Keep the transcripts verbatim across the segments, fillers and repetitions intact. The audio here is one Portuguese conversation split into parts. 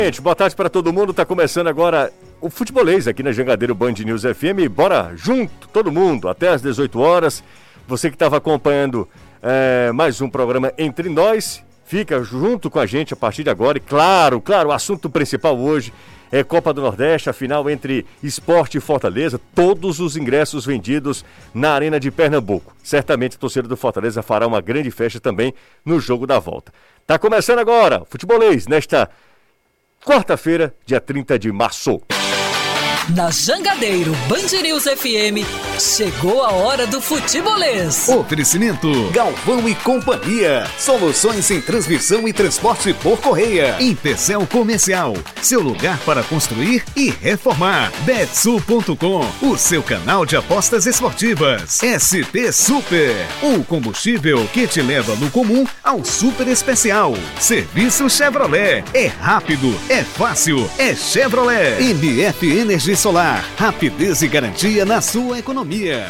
Gente, boa tarde para todo mundo. Tá começando agora o Futebolês aqui na Jangadeiro Band News F M. Bora junto, todo mundo, até às dezoito horas. Você que estava acompanhando é, mais um programa Entre Nós, fica junto com a gente a partir de agora. E claro, claro, o assunto principal hoje é Copa do Nordeste, a final entre Sport e Fortaleza. Todos os ingressos vendidos na Arena de Pernambuco. Certamente a torcida do Fortaleza fará uma grande festa também no jogo da volta. Tá começando agora, Futebolês, nesta quarta-feira, dia trinta de março. Na Jangadeiro Band News F M, chegou a hora do Futebolês. Oferecimento Galvão e Companhia. Soluções em transmissão e transporte por correia. Empecel Comercial, seu lugar para construir e reformar. Betsul ponto com, o seu canal de apostas esportivas. S P Super, o combustível que te leva no comum ao super especial. Serviço Chevrolet, é rápido, é fácil, é Chevrolet. M F Energia Solar, rapidez e garantia na sua economia.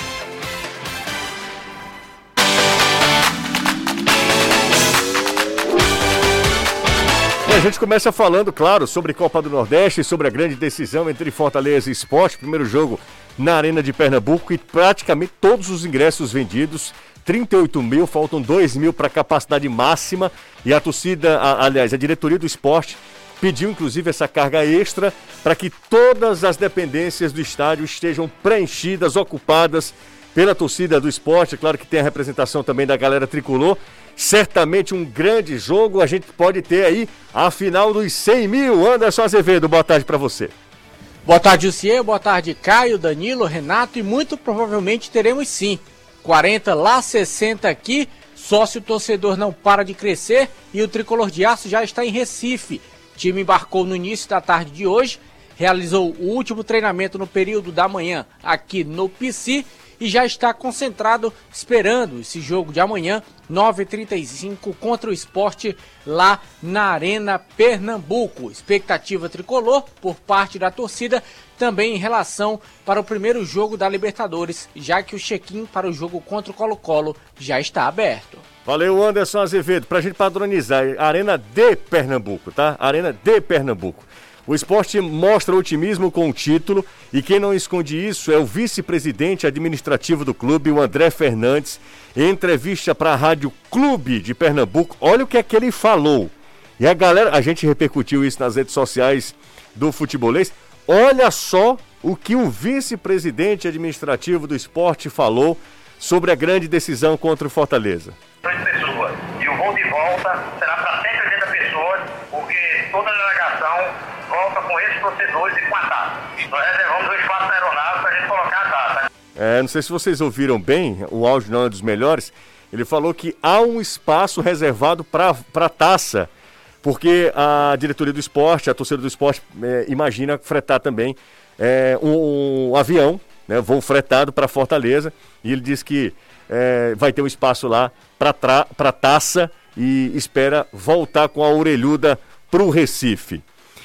E a gente começa falando, claro, sobre Copa do Nordeste, sobre a grande decisão entre Fortaleza e Sport. Primeiro jogo na Arena de Pernambuco e praticamente todos os ingressos vendidos. trinta e oito mil, faltam dois mil para a capacidade máxima. E a torcida, a, aliás, a diretoria do Sport pediu inclusive essa carga extra para que todas as dependências do estádio estejam preenchidas, ocupadas pela torcida do Sport. É claro que tem a representação também da galera tricolor. Certamente um grande jogo. A gente pode ter aí a final dos cem mil. Anderson Azevedo, boa tarde para você. Boa tarde, Lucier. Boa tarde, Caio, Danilo, Renato. E muito provavelmente teremos sim quarenta lá, sessenta aqui. Sócio torcedor não para de crescer e o Tricolor de Aço já está em Recife. O time embarcou no início da tarde de hoje, realizou o último treinamento no período da manhã aqui no P C e já está concentrado esperando esse jogo de amanhã, nove e trinta e cinco, contra o Sport lá na Arena Pernambuco. Expectativa tricolor por parte da torcida também em relação para o primeiro jogo da Libertadores, já que o check-in para o jogo contra o Colo-Colo já está aberto. Valeu, Anderson Azevedo. Pra gente padronizar, Arena de Pernambuco, tá? Arena de Pernambuco. O Sport mostra otimismo com o título e quem não esconde isso é o vice-presidente administrativo do clube, o André Fernandes, em entrevista para a Rádio Clube de Pernambuco. Olha o que é que ele falou. E a galera, a gente repercutiu isso nas redes sociais do Futebolês. Olha só o que o vice-presidente administrativo do Sport falou sobre a grande decisão contra o Fortaleza. Pessoas. E o voo de volta será para cento e oitenta pessoas, porque toda a delegação volta com esses torcedores e com a taça. Nós reservamos um espaço na aeronave para a gente colocar a taça. É, não sei se vocês ouviram bem, o áudio não é dos melhores. Ele falou que há um espaço reservado para a taça, porque a diretoria do Sport, a torcida do Sport, é, imagina fretar também é, um, um avião, né, voo fretado para Fortaleza, e ele disse que é, vai ter um espaço lá para a taça e espera voltar com a orelhuda para o Recife.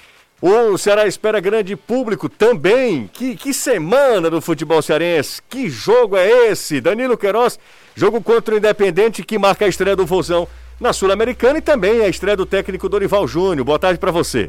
O Ceará espera grande público também. Que, que semana do futebol cearense. Que jogo é esse? Danilo Queiroz, jogo contra o Independente que marca a estreia do Vozão na Sul-Americana e também a estreia do técnico Dorival Júnior. Boa tarde para você.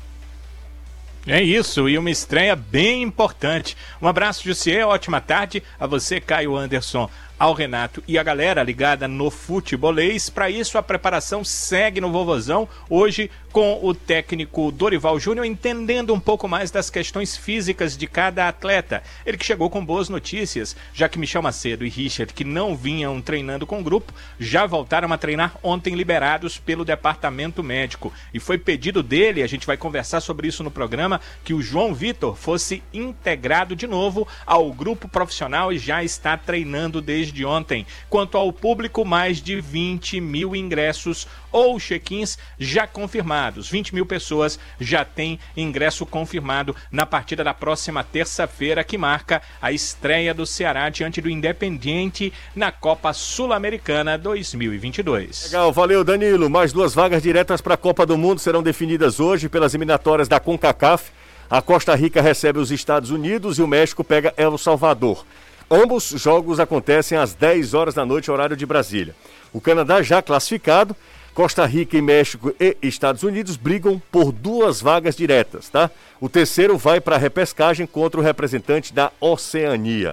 É isso, e uma estreia bem importante. Um abraço, Jussier, ótima tarde a você, Caio, Anderson, ao Renato e a galera ligada no Futebolês. Para isso, a preparação segue no Vovozão, hoje com o técnico Dorival Júnior, entendendo um pouco mais das questões físicas de cada atleta. Ele que chegou com boas notícias, já que Michel Macedo e Richard, que não vinham treinando com o grupo, já voltaram a treinar ontem liberados pelo departamento médico. E foi pedido dele, a gente vai conversar sobre isso no programa, que o João Vitor fosse integrado de novo ao grupo profissional e já está treinando desde ontem. Quanto ao público, mais de vinte mil ingressos ou check-ins já confirmados. vinte mil pessoas já têm ingresso confirmado na partida da próxima terça-feira, que marca a estreia do Ceará diante do Independiente na Copa Sul-Americana dois mil e vinte e dois. Legal, valeu, Danilo. Mais duas vagas diretas para a Copa do Mundo serão definidas hoje pelas eliminatórias da CONCACAF. A Costa Rica recebe os Estados Unidos e o México pega El Salvador. Ambos jogos acontecem às dez horas da noite, horário de Brasília. O Canadá já classificado Costa Rica e México e Estados Unidos brigam por duas vagas diretas, tá? O terceiro vai para a repescagem contra o representante da Oceania.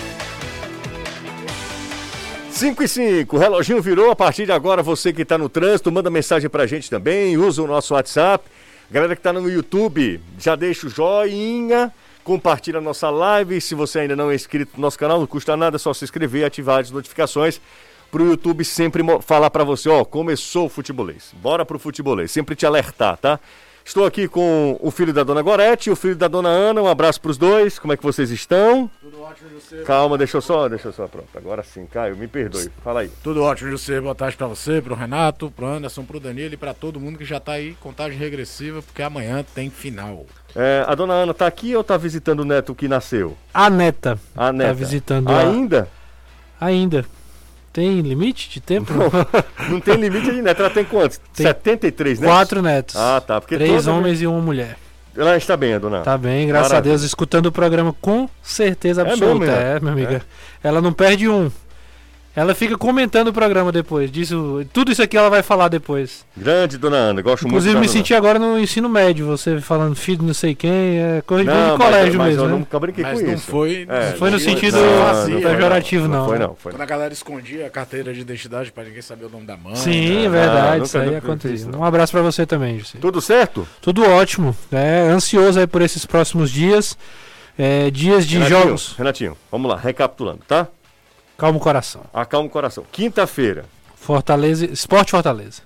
cinco e cinco, o reloginho virou. A partir de agora, você que está no trânsito, manda mensagem pra gente também, usa o nosso WhatsApp. Galera que está no YouTube, já deixa o joinha, compartilha a nossa live. Se você ainda não é inscrito no nosso canal, não custa nada, é só se inscrever e ativar as notificações para o YouTube sempre falar para você, ó, começou o futebolês. Bora pro futebolês, sempre te alertar, tá? Estou aqui com o filho da dona Gorete e o filho da dona Ana. Um abraço para os dois. Como é que vocês estão? Tudo ótimo, José. Calma, deixa eu só, deixa eu só, pronto. Agora sim, Caio, me perdoe. Fala aí. Tudo ótimo, José. Boa tarde para você, pro Renato, pro Anderson, pro Danilo e para todo mundo que já tá aí, contagem regressiva, porque amanhã tem final. É, a dona Ana tá aqui ou tá visitando o neto que nasceu? A neta. A neta. Tá visitando. Ainda? A... Ainda. Tem limite de tempo? Não, não tem limite de neto. Ela tem quantos? Tem setenta e três netos? Quatro netos. Ah, tá. Porque Três toda... homens e uma mulher. Ela está bem, a dona? Tá bem, graças Maravilha. a Deus, escutando o programa com certeza É absoluta. mesmo, É, né? minha amiga. É. Ela não perde um. Ela fica comentando o programa depois. Disso, tudo isso aqui ela vai falar depois. Grande, dona Ana. Gosto Inclusive, muito me da senti agora no ensino médio. Você falando filho de não sei quem. É coisa de, não, de colégio mas, mesmo, mas eu né? nunca brinquei Mas com não isso. foi, É, Foi no não sentido não, pejorativo, não. não. Não foi, não. Foi, Quando não. a galera escondia a carteira de identidade para ninguém saber o nome da mãe. Sim, é né? verdade. nunca- isso aí nunca aconteceu. fiz, não. Um abraço pra você também, José. Tudo certo? Tudo ótimo. É, ansioso aí por esses próximos dias. É, dias de Renatinho, jogos. Renatinho, vamos lá, recapitulando, tá? Calma o coração. Acalma o coração. Quinta-feira. Fortaleza, Sport Fortaleza.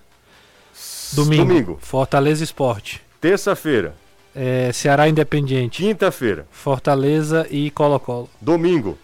Domingo. Domingo. Fortaleza Sport. Terça-feira. É, Ceará Independiente. Quinta-feira. Fortaleza e Colo-Colo. Domingo.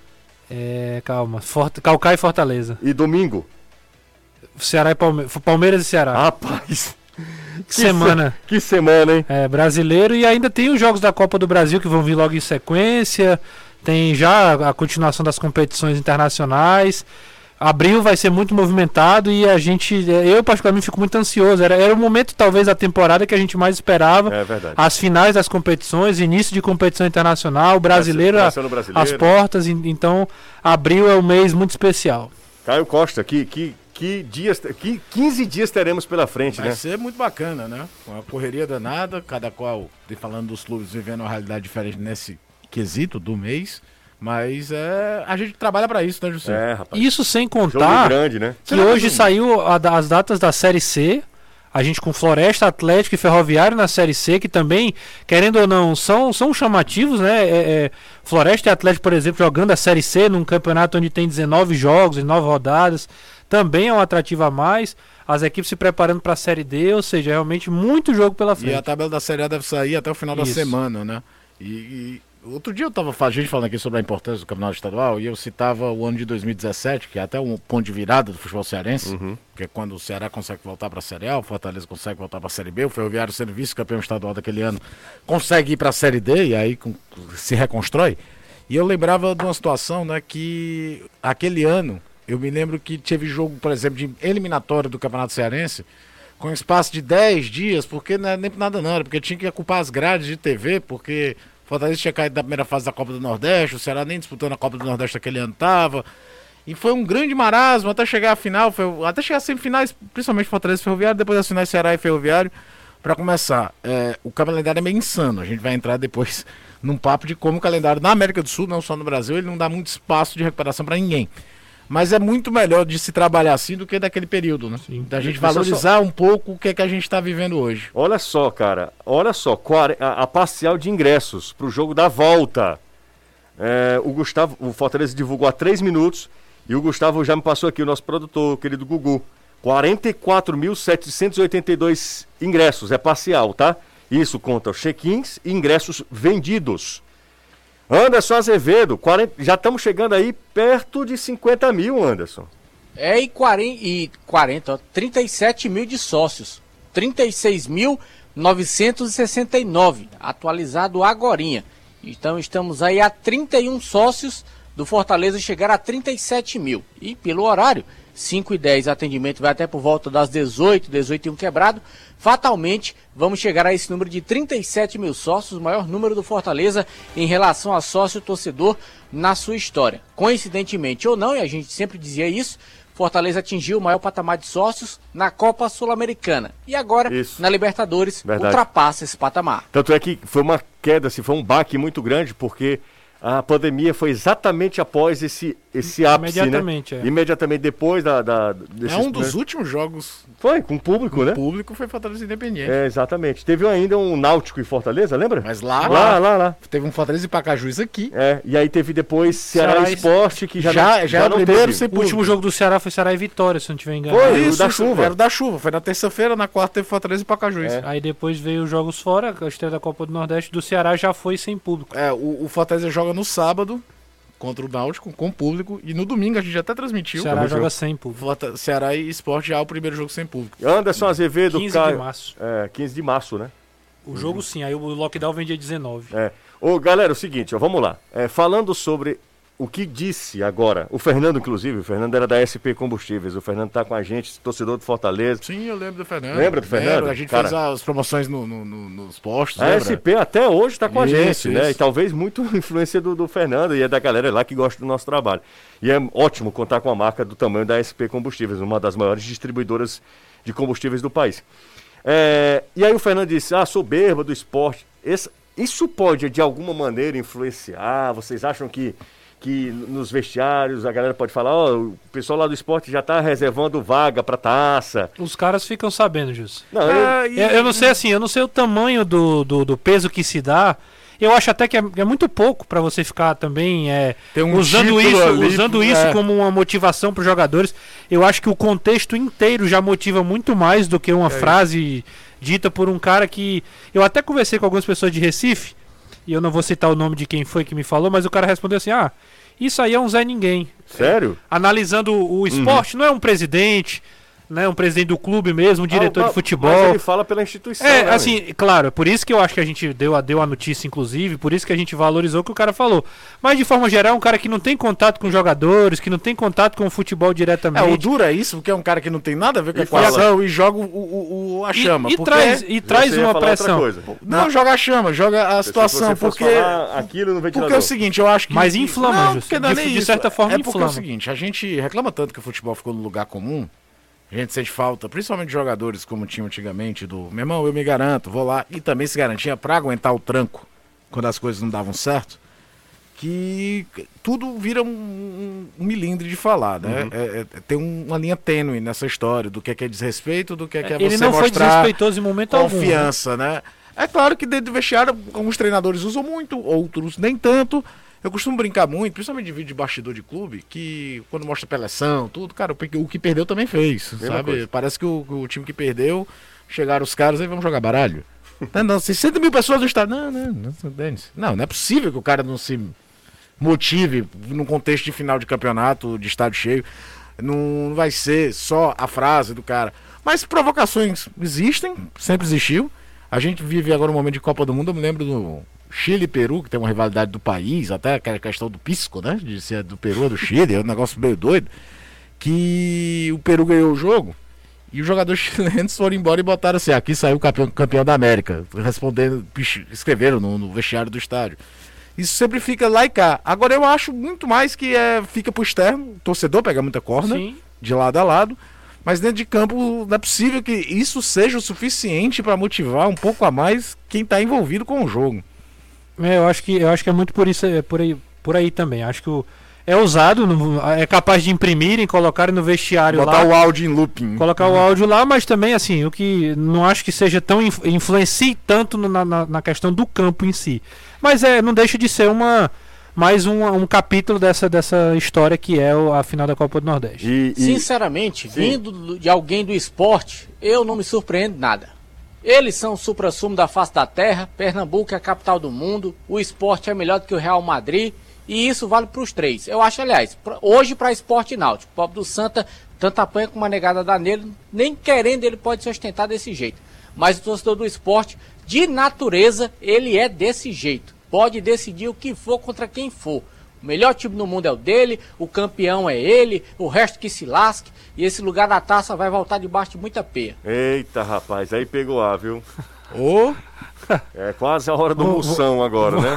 É, calma. Fort... Calcaia e Fortaleza. E domingo. Ceará e Palme... Palmeiras e Ceará. Rapaz. que semana. Se... Que semana, hein? É, brasileiro. E ainda tem os jogos da Copa do Brasil que vão vir logo em sequência. Tem já a continuação das competições internacionais. Abril vai ser muito movimentado e a gente, eu particularmente fico muito ansioso. Era, era o momento talvez da temporada que a gente mais esperava. É verdade. As finais das competições, início de competição internacional, brasileiro, Começando o brasileiro. as portas. Então, abril é um mês muito especial. Caio Costa, que, que, que dias, que quinze dias teremos pela frente, Vai né? ser muito bacana, né? Uma correria danada, cada qual, falando dos clubes, vivendo uma realidade diferente nesse quesito do mês. Mas é, a gente trabalha pra isso, né, José? É, rapaz. Isso sem Jogo contar grande, né? que hoje saiu a da- as datas da Série C. A gente com Floresta, Atlético e Ferroviário na Série C, que também, querendo ou não, são, são chamativos, né? É, é, Floresta e Atlético, por exemplo, jogando a Série C num campeonato onde tem dezenove jogos, dezenove rodadas, também é um atrativo a mais. As equipes se preparando para a Série D, ou seja, realmente muito jogo pela E frente. a tabela da Série A deve sair até o final Isso. da semana, né? E, e outro dia eu tava a gente falando aqui sobre a importância do campeonato estadual e eu citava o ano de dois mil e dezessete, que é até um ponto de virada do futebol cearense, Uhum. que é quando o Ceará consegue voltar para a Série A, o Fortaleza consegue voltar para a Série B, o Ferroviário sendo vice-campeão estadual daquele ano consegue ir para a Série D e aí com, se reconstrói. E eu lembrava de uma situação, né, que aquele ano, eu me lembro que teve jogo, por exemplo, de eliminatório do Campeonato Cearense, com espaço de dez dias, porque não é nem por nada não, era porque tinha que ocupar as grades de T V, porque Fortaleza tinha caído da primeira fase da Copa do Nordeste, o Ceará nem disputando a Copa do Nordeste aquele ano estava. E foi um grande marasmo até chegar à final, foi, até chegar às semifinais, principalmente Fortaleza e Ferroviário, depois das finais Ceará e Ferroviário. Para começar, é, o calendário é meio insano, a gente vai entrar depois num papo de como o calendário na América do Sul, não só no Brasil, ele não dá muito espaço de recuperação para ninguém. Mas é muito melhor de se trabalhar assim do que daquele período, né? Sim. Da gente Deixa eu valorizar um pouco o que é que a gente está vivendo hoje. Olha só, cara. Olha só. quare- A, a parcial de ingressos pro jogo da volta. É, o Gustavo, o Fortaleza divulgou há três minutos e o Gustavo já me passou aqui, o nosso produtor, o querido Gugu. quarenta e quatro mil setecentos e oitenta e dois ingressos. É parcial, tá? Isso conta os check-ins e ingressos vendidos. Anderson Azevedo, quarenta, já estamos chegando aí perto de cinquenta mil, Anderson. É, e quarenta, e quarenta, ó, trinta e sete mil de sócios. trinta e seis mil novecentos e sessenta e nove, atualizado agorinha. Então estamos aí a trinta e um sócios do Fortaleza chegar a trinta e sete mil. E pelo horário, cinco e dez, atendimento vai até por volta das dezoito, dezoito e um quebrado. Fatalmente, vamos chegar a esse número de trinta e sete mil sócios, o maior número do Fortaleza em relação a sócio-torcedor na sua história. Coincidentemente ou não, e a gente sempre dizia isso, Fortaleza atingiu o maior patamar de sócios na Copa Sul-Americana. E agora, Isso. na Libertadores, Verdade. ultrapassa esse patamar. Tanto é que foi uma queda, assim, foi um baque muito grande, porque a pandemia foi exatamente após esse, esse ápice, Imediatamente, né? é. Imediatamente depois da... da desses, É um dos né? últimos jogos Foi, com o público, né? público, foi Fortaleza Independiente. É, exatamente. Teve ainda um Náutico em Fortaleza, lembra? Mas lá, Lá, lá, lá. teve um Fortaleza e Pacajus aqui. É, e aí teve depois Ceará, Ceará e- Esporte, que já, Já, não, já, já é o não primeiro teve. sem O último jogo do Ceará foi Ceará e Vitória, se eu não estiver enganado. Foi, o Isso, da isso, chuva. Era o da chuva. Foi na terça-feira, na quarta teve Fortaleza e Pacajus. É. Aí depois veio os jogos fora, a estreia da Copa do Nordeste do Ceará já foi sem público. É, o, o Fortaleza joga no sábado contra o Náutico, com público. E no domingo a gente até O transmitiu. Ceará Também joga jogo. sem público. Forta- Ceará e Sport já é o primeiro jogo sem público. Anderson Azevedo, quinze Caio... de março. É, quinze de março, né? O jogo sim, aí o lockdown vem dia dezenove. É. Ô, galera, é o seguinte, ó, vamos lá. É, falando sobre o que disse agora, o Fernando, inclusive, o Fernando era da S P Combustíveis, o Fernando tá com a gente, torcedor do Fortaleza. Sim, eu lembro do Fernando. Lembra do Fernando? Lembro, a gente Cara, fez as promoções no, no- no- nos postos, A lembra? S P até hoje está com a Isso, gente, né? isso. E talvez muito influência do, do Fernando e é da galera lá que gosta do nosso trabalho. E é ótimo contar com a marca do tamanho da S P Combustíveis, uma das maiores distribuidoras de combustíveis do país. É, e aí o Fernando disse, ah, soberba do esporte. Esse- isso pode, de alguma maneira, influenciar? Vocês acham que, que nos vestiários a galera pode falar, ó, o pessoal lá do esporte já está reservando vaga para taça? Os caras ficam sabendo disso. Não, eu- Ah, e- Eu, eu não sei assim, eu não sei o tamanho do, do, do peso que se dá. Eu acho até que é, é muito pouco para você ficar também é, Tem um usando título isso, ali, usando isso é. como uma motivação para os jogadores. Eu acho que o contexto inteiro já motiva muito mais do que uma É frase dita por um cara que... Eu até conversei com algumas pessoas de Recife, e eu não vou citar o nome de quem foi que me falou, mas o cara respondeu assim, ah, isso aí é um Zé Ninguém. Sério? Analisando o esporte, não é um presidente, né, um presidente do clube mesmo, um diretor Ah, de mas- futebol. Mas ele fala pela instituição, É, né, assim, claro, por isso que eu acho que a gente deu a, deu a notícia, inclusive, por isso que a gente valorizou o que o cara falou. Mas, de forma geral, é um cara que não tem contato com jogadores, que não tem contato com o futebol É, diretamente. o duro é isso, porque é um cara que não tem nada a ver com E a fala- equação e joga o, o- o- a E- chama. E, porque traz, e traz Você ia uma falar outra pressão. coisa. Não, joga a chama, joga a Se situação, você fosse porque... falar aquilo no ventilador. Porque é o seguinte, eu acho que... Mas inflama, não, Justo. porque não é De- nem de isso. certa forma, é porque inflama. é o seguinte, a gente reclama tanto que o futebol ficou no lugar comum, a gente sente falta, principalmente de jogadores como tinha antigamente, do meu irmão, eu me garanto, vou lá, e também se garantia pra aguentar o tranco quando as coisas não davam certo, que tudo vira um, um, um milindre de falar, né? Uhum. É, é, tem um- uma linha tênue nessa história do que é, que é desrespeito, do que é, que é Ele você não foi mostrar desrespeitoso em momento algum. confiança, né? É claro que dentro do vestiário, alguns treinadores usam muito, outros nem tanto. Eu costumo brincar muito, principalmente de vídeo de bastidor de clube, que quando mostra peleção, tudo, cara, o que perdeu também fez, Mesma sabe? coisa. Parece que o, o time que perdeu, chegaram os caras aí, vamos jogar baralho. Não, não, sessenta mil pessoas no estádio. Não, não, não, dane-se. Não, não é possível que o cara não se motive num contexto de final de campeonato, de estádio cheio. Não vai ser só a frase do cara. Mas provocações existem, sempre existiu. A gente vive agora um momento de Copa do Mundo, eu me lembro do Chile e Peru, que tem uma rivalidade do país, até aquela questão do pisco, né? De ser do Peru ou do Chile, é um negócio meio doido. Que o Peru ganhou o jogo e os jogadores chilenos foram embora e botaram assim: aqui saiu o campeão, campeão da América. Respondendo, escreveram no, no vestiário do estádio. Isso sempre fica lá e cá. Agora eu acho muito mais que é, fica pro externo, o torcedor pega muita corda, Sim. de lado a lado. Mas dentro de campo não é possível que isso seja o suficiente para motivar um pouco a mais quem está envolvido com o jogo. É, eu acho que eu acho que é muito por isso, é por aí, por aí também. Acho que o, é usado, no- é capaz de imprimirem, colocarem no vestiário Botar lá, o áudio em looping. colocar o áudio lá, mas também assim, o que não acho que seja tão inf- influencie tanto no- na, na, na questão do campo em si. Mas é, não deixa de ser uma mais um, um capítulo dessa, dessa história que é o- a final da Copa do Nordeste. E, e- Sinceramente, vindo do- de alguém do esporte, eu não me surpreendo nada. Eles são o suprassumo da face da terra, Pernambuco é a capital do mundo, o esporte é melhor do que o Real Madrid, e isso vale para os três. Eu acho, aliás, pra- hoje para esporte náutico, o pobre do Santa, tanto apanha como uma negada dá nele, nem querendo ele pode se ostentar desse jeito. Mas o torcedor do esporte, de natureza, ele é desse jeito. Pode decidir o que for contra quem for. O melhor time do mundo é o dele, o campeão é ele, o resto que se lasque, e esse lugar da taça vai voltar debaixo de muita peia. Eita, rapaz, aí pegou A, viu? Ô, É quase a hora do Vou- moção agora, né?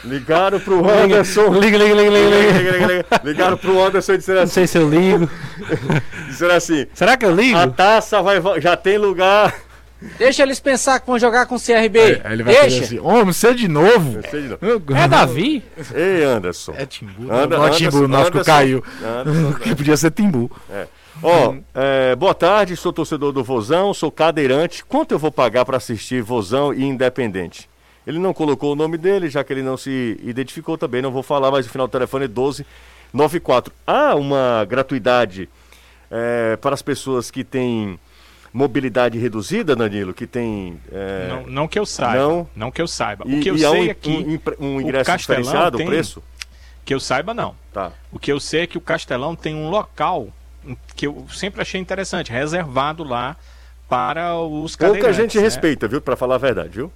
Ligaram pro Anderson. Liga, liga, liga, liga, liga. liga, liga, liga. Ligaram pro Anderson e disseram Não assim. sei se eu ligo. Disseram assim. Será que eu ligo? A taça vai, já tem lugar. Deixa eles pensar que vão jogar com o C R B. Aí, aí ele vai Deixa. dizer assim, homem, você de novo? Você de novo. É Davi? Ei, Anderson. É Timbu. Anda- não é Timbu, Anderson- não, acho que Anderson- caiu. Anderson- Que podia ser Timbu. Ó, é, boa tarde, sou torcedor do Vozão, sou cadeirante. Quanto eu vou pagar para assistir Vozão e Independente? Ele não colocou o nome dele, já que ele não se identificou também, não vou falar, mas o final do telefone é doze noventa e quatro. Há uma gratuidade é, para as pessoas que têm mobilidade reduzida, Danilo, que tem... é, Não, não que eu saiba. Não. Não, que eu saiba. e, O que eu e há sei um, é que um, impre- um o ingresso Castelão diferenciado, tem- o preço? que eu saiba não. Tá. O que eu sei é que o Castelão tem um local que eu sempre achei interessante, reservado lá para os cadeirantes. Pouca gente né? respeita, viu, para falar a verdade, viu?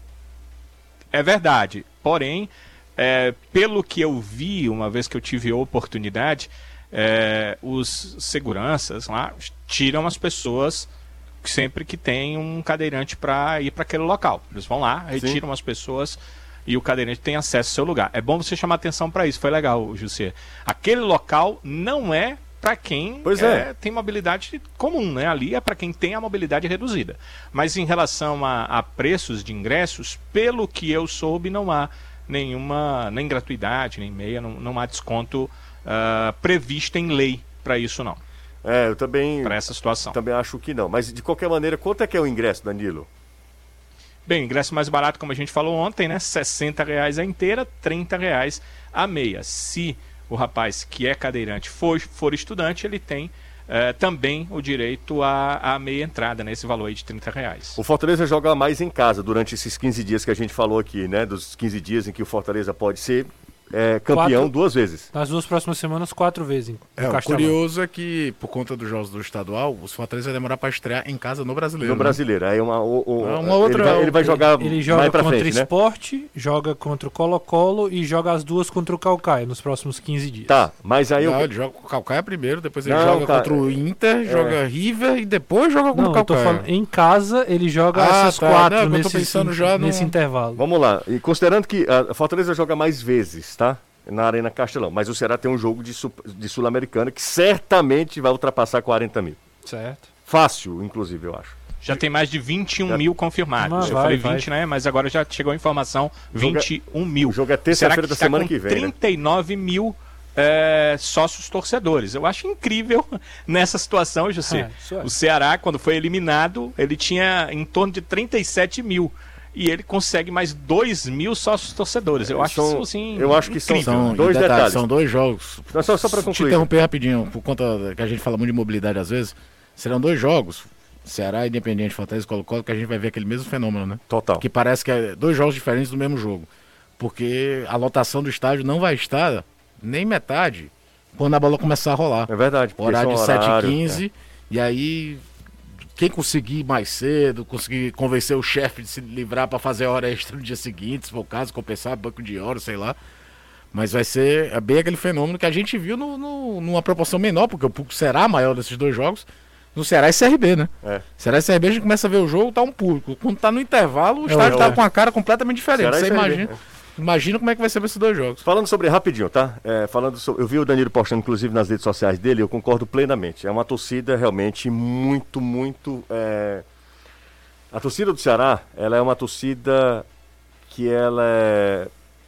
É verdade. Porém, é, pelo que eu vi, uma vez que eu tive a oportunidade, é, os seguranças lá tiram as pessoas sempre que tem um cadeirante para ir para aquele local. Eles vão lá, retiram as pessoas e o cadeirante tem acesso ao seu lugar. É bom você chamar atenção para isso. Foi legal, José. Aquele local não é para quem Pois é. é, tem mobilidade comum, né? Ali é para quem tem a mobilidade reduzida. Mas em relação a, a preços de ingressos, pelo que eu soube, não há nenhuma, nem gratuidade, nem meia, não, não há desconto ah, previsto em lei para isso, não. É, eu também, Para essa situação. também acho que não. Mas, de qualquer maneira, quanto é que é o ingresso, Danilo? Bem, ingresso mais barato, como a gente falou ontem, né? sessenta reais a inteira, trinta reais a meia. Se o rapaz que é cadeirante for, for estudante, ele tem eh, também o direito à, à meia entrada, né? Esse valor aí de trinta reais. O Fortaleza joga mais em casa durante esses quinze dias que a gente falou aqui, né? Dos quinze dias em que o Fortaleza pode ser é, campeão Quatro. duas vezes. Nas duas próximas semanas, quatro vezes. É, no o Castelão. curioso é que, por conta dos jogos do estadual, os Fortaleza vai demorar para estrear em casa no Brasileiro. No né? Brasileiro. Aí uma, o, o- É uma outra- ele, vai, ele vai jogar Ele joga mais pra contra o frente, né? Sport, joga contra o Colo-Colo e joga as duas contra o Calcaia nos próximos quinze dias. Tá, mas aí Não, eu... ele joga com o Calcaia primeiro, depois ele Não, joga cara, contra o Inter, joga River e depois joga contra Não, o eu tô Calcaia. falando, em casa ele joga Ah, essas tá. quatro Não, eu tô nesse, pensando já no- nesse intervalo. Vamos lá. E considerando que a Fortaleza joga mais vezes, tá? Na Arena Castelão. Mas o Ceará tem um jogo de, su- de Sul-Americana que certamente vai ultrapassar quarenta mil. Certo. Fácil, inclusive, eu acho. Já tem mais de vinte e um Já- mil confirmados. Ah, Eu vai, falei vai. vinte, né? Mas agora já chegou a informação, O jogo é- vinte e um mil. o jogo é Será terça-feira que da está semana com que vem, né? trinta e nove mil é, sócios torcedores. Eu acho incrível nessa situação, José. É, isso é. O Ceará, quando foi eliminado, ele tinha em torno de trinta e sete mil. E ele consegue mais dois mil sócios torcedores. Eu acho São- isso, assim, eu acho que são- incrível. São, Dois e detalhe, detalhes. são dois jogos. Não, só- só pra Te concluir. interromper rapidinho, por conta que a gente fala muito de mobilidade às vezes, serão dois jogos, Ceará, Independente, Fortaleza e Colo-Colo, que a gente vai ver aquele mesmo fenômeno, né? Total. Que parece que é dois jogos diferentes do mesmo jogo. Porque a lotação do estádio não vai estar nem metade quando a bola começar a rolar. É verdade. porque Horário de são sete e horário, quinze, e aí quem conseguir mais cedo, conseguir convencer o chefe de se livrar para fazer hora extra no dia seguinte, se for o caso, compensar banco de hora, sei lá. Mas vai ser é bem aquele fenômeno que a gente viu no, no- numa proporção menor, porque o público será maior desses dois jogos. No Ceará e C R B, né? É. Ceará e C R B a gente começa a ver o jogo, tá um público. Quando tá no intervalo, o É, estádio é, tá é. com a cara completamente diferente. Ceará e Você C R B, imagina, imagina como é que vai ser esses dois jogos. Falando sobre, rapidinho, tá? É, falando sobre, eu vi o Danilo postando, inclusive, nas redes sociais dele, eu concordo plenamente. É uma torcida realmente muito, muito... é, A torcida do Ceará, ela é uma torcida que ela é...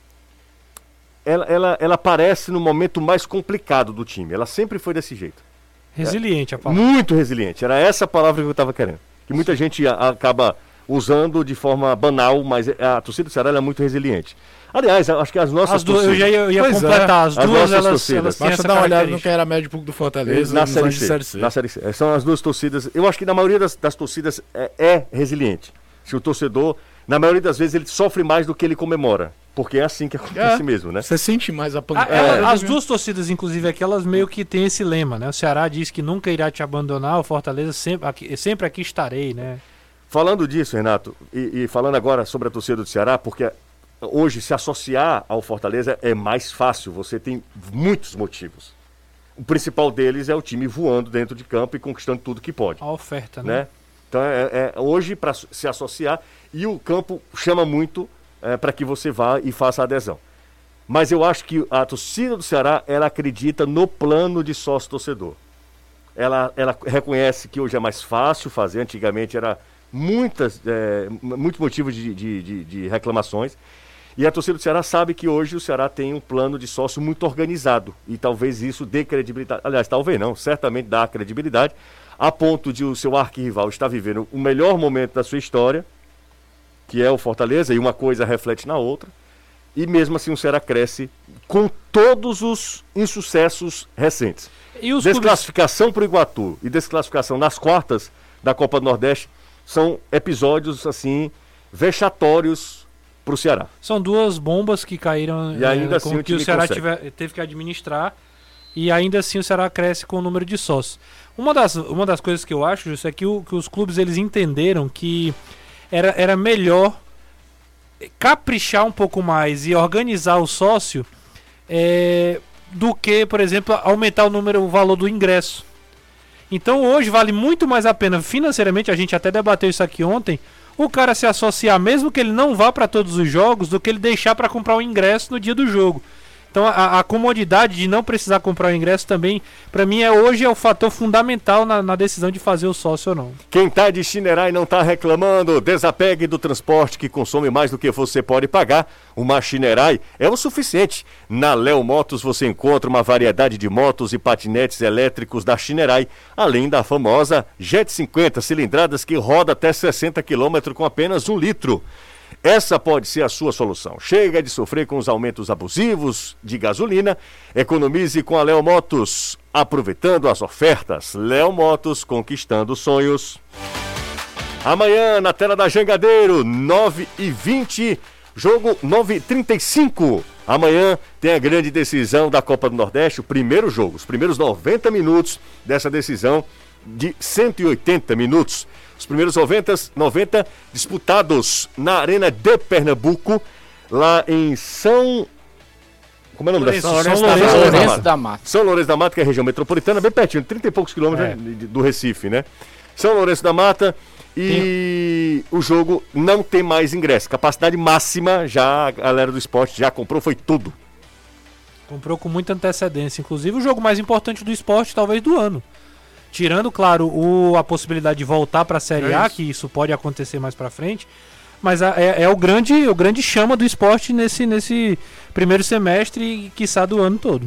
Ela, ela, ela aparece no momento mais complicado do time. Ela sempre foi desse jeito. Resiliente a palavra. Muito resiliente. Era essa a palavra que eu estava querendo. Que muita gente a- acaba usando de forma banal, mas a torcida do Ceará ela é muito resiliente. Aliás, eu acho que as nossas As duas, eu torcidas... já ia, eu ia Pois é. completar. As As duas, nossas elas, torcidas. elas têm Basta essa dar uma olhada no característica. que era a média pública do Fortaleza Na nos série, anos de C, Série C. na série C. São as duas torcidas. Eu acho que na maioria das, das torcidas é, é resiliente. Se o torcedor, na maioria das vezes, ele sofre mais do que ele comemora. Porque é assim que acontece É. mesmo, né? Você sente mais a Ah, pancada. ela- As duas torcidas, inclusive, aqui, elas meio que têm esse lema, né? O Ceará diz que nunca irá te abandonar, o Fortaleza sempre aqui, sempre aqui estarei, né? Falando disso, Renato, e, e falando agora sobre a torcida do Ceará, porque hoje se associar ao Fortaleza é mais fácil, você tem muitos motivos. O principal deles é o time voando dentro de campo e conquistando tudo que pode, A oferta, né? né? Então, é, é hoje para se associar, e o campo chama muito é, para que você vá e faça a adesão. Mas eu acho que a torcida do Ceará, ela acredita no plano de sócio-torcedor. Ela, ela reconhece que hoje é mais fácil fazer, antigamente era muitas, é, muitos motivos de, de, de, de reclamações. E a torcida do Ceará sabe que hoje o Ceará tem um plano de sócio muito organizado. E talvez isso dê credibilidade. Aliás, talvez não, certamente dá credibilidade, a ponto de o seu arquirrival estar vivendo o melhor momento da sua história, que é o Fortaleza, e uma coisa reflete na outra. E mesmo assim o Ceará cresce com todos os insucessos recentes. E os desclassificação clubes... para o Iguatu e desclassificação nas quartas da Copa do Nordeste são episódios assim vexatórios para o Ceará. São duas bombas que caíram e ainda é, assim o que o Ceará tiver, teve que administrar, e ainda assim o Ceará cresce com o número de sócios. Uma das, uma das coisas que eu acho, Justo, é que, o, que os clubes eles entenderam que era, era melhor caprichar um pouco mais e organizar o sócio é, do que, por exemplo, aumentar o número, o valor do ingresso. Então hoje vale muito mais a pena financeiramente, a gente até debateu isso aqui ontem, o cara se associar, mesmo que ele não vá para todos os jogos, do que ele deixar para comprar o ingresso no dia do jogo. Então a, a comodidade de não precisar comprar o ingresso também, para mim, é hoje é o fator fundamental na, na decisão de fazer o sócio ou não. Quem tá de Shinerai e não tá reclamando, desapegue do transporte que consome mais do que você pode pagar. Uma Shinerai é o suficiente. Na Léo Motos você encontra uma variedade de motos e patinetes elétricos da Shinerai, além da famosa Jet cinquenta cilindradas que roda até sessenta quilômetros com apenas um litro. Essa pode ser a sua solução. Chega de sofrer com os aumentos abusivos de gasolina. Economize com a Léo Motos, aproveitando as ofertas. Léo Motos, conquistando sonhos. Amanhã, na tela da Jangadeiro, nove e vinte, jogo nove e trinta e cinco. Amanhã tem a grande decisão da Copa do Nordeste, o primeiro jogo, os primeiros noventa minutos dessa decisão de cento e oitenta minutos. Os primeiros noventa, noventa disputados na Arena de Pernambuco, lá em São... Como é o nome Lourenço, da cidade? São Lourenço, Lourenço, Lourenço da, da, da Mata. Mata. São Lourenço da Mata, que é a região metropolitana, bem pertinho, trinta e poucos quilômetros É. de- do Recife, né? São Lourenço da Mata e o jogo não tem mais ingresso. Capacidade máxima, já a galera do esporte já comprou, foi tudo. Comprou com muita antecedência, inclusive o jogo mais importante do esporte, talvez do ano. Tirando, claro, o, a possibilidade de voltar para a Série É A, isso. que isso pode acontecer mais para frente, mas a- é, é o, grande, o grande chama do esporte nesse, nesse primeiro semestre e, quiçá, do ano todo.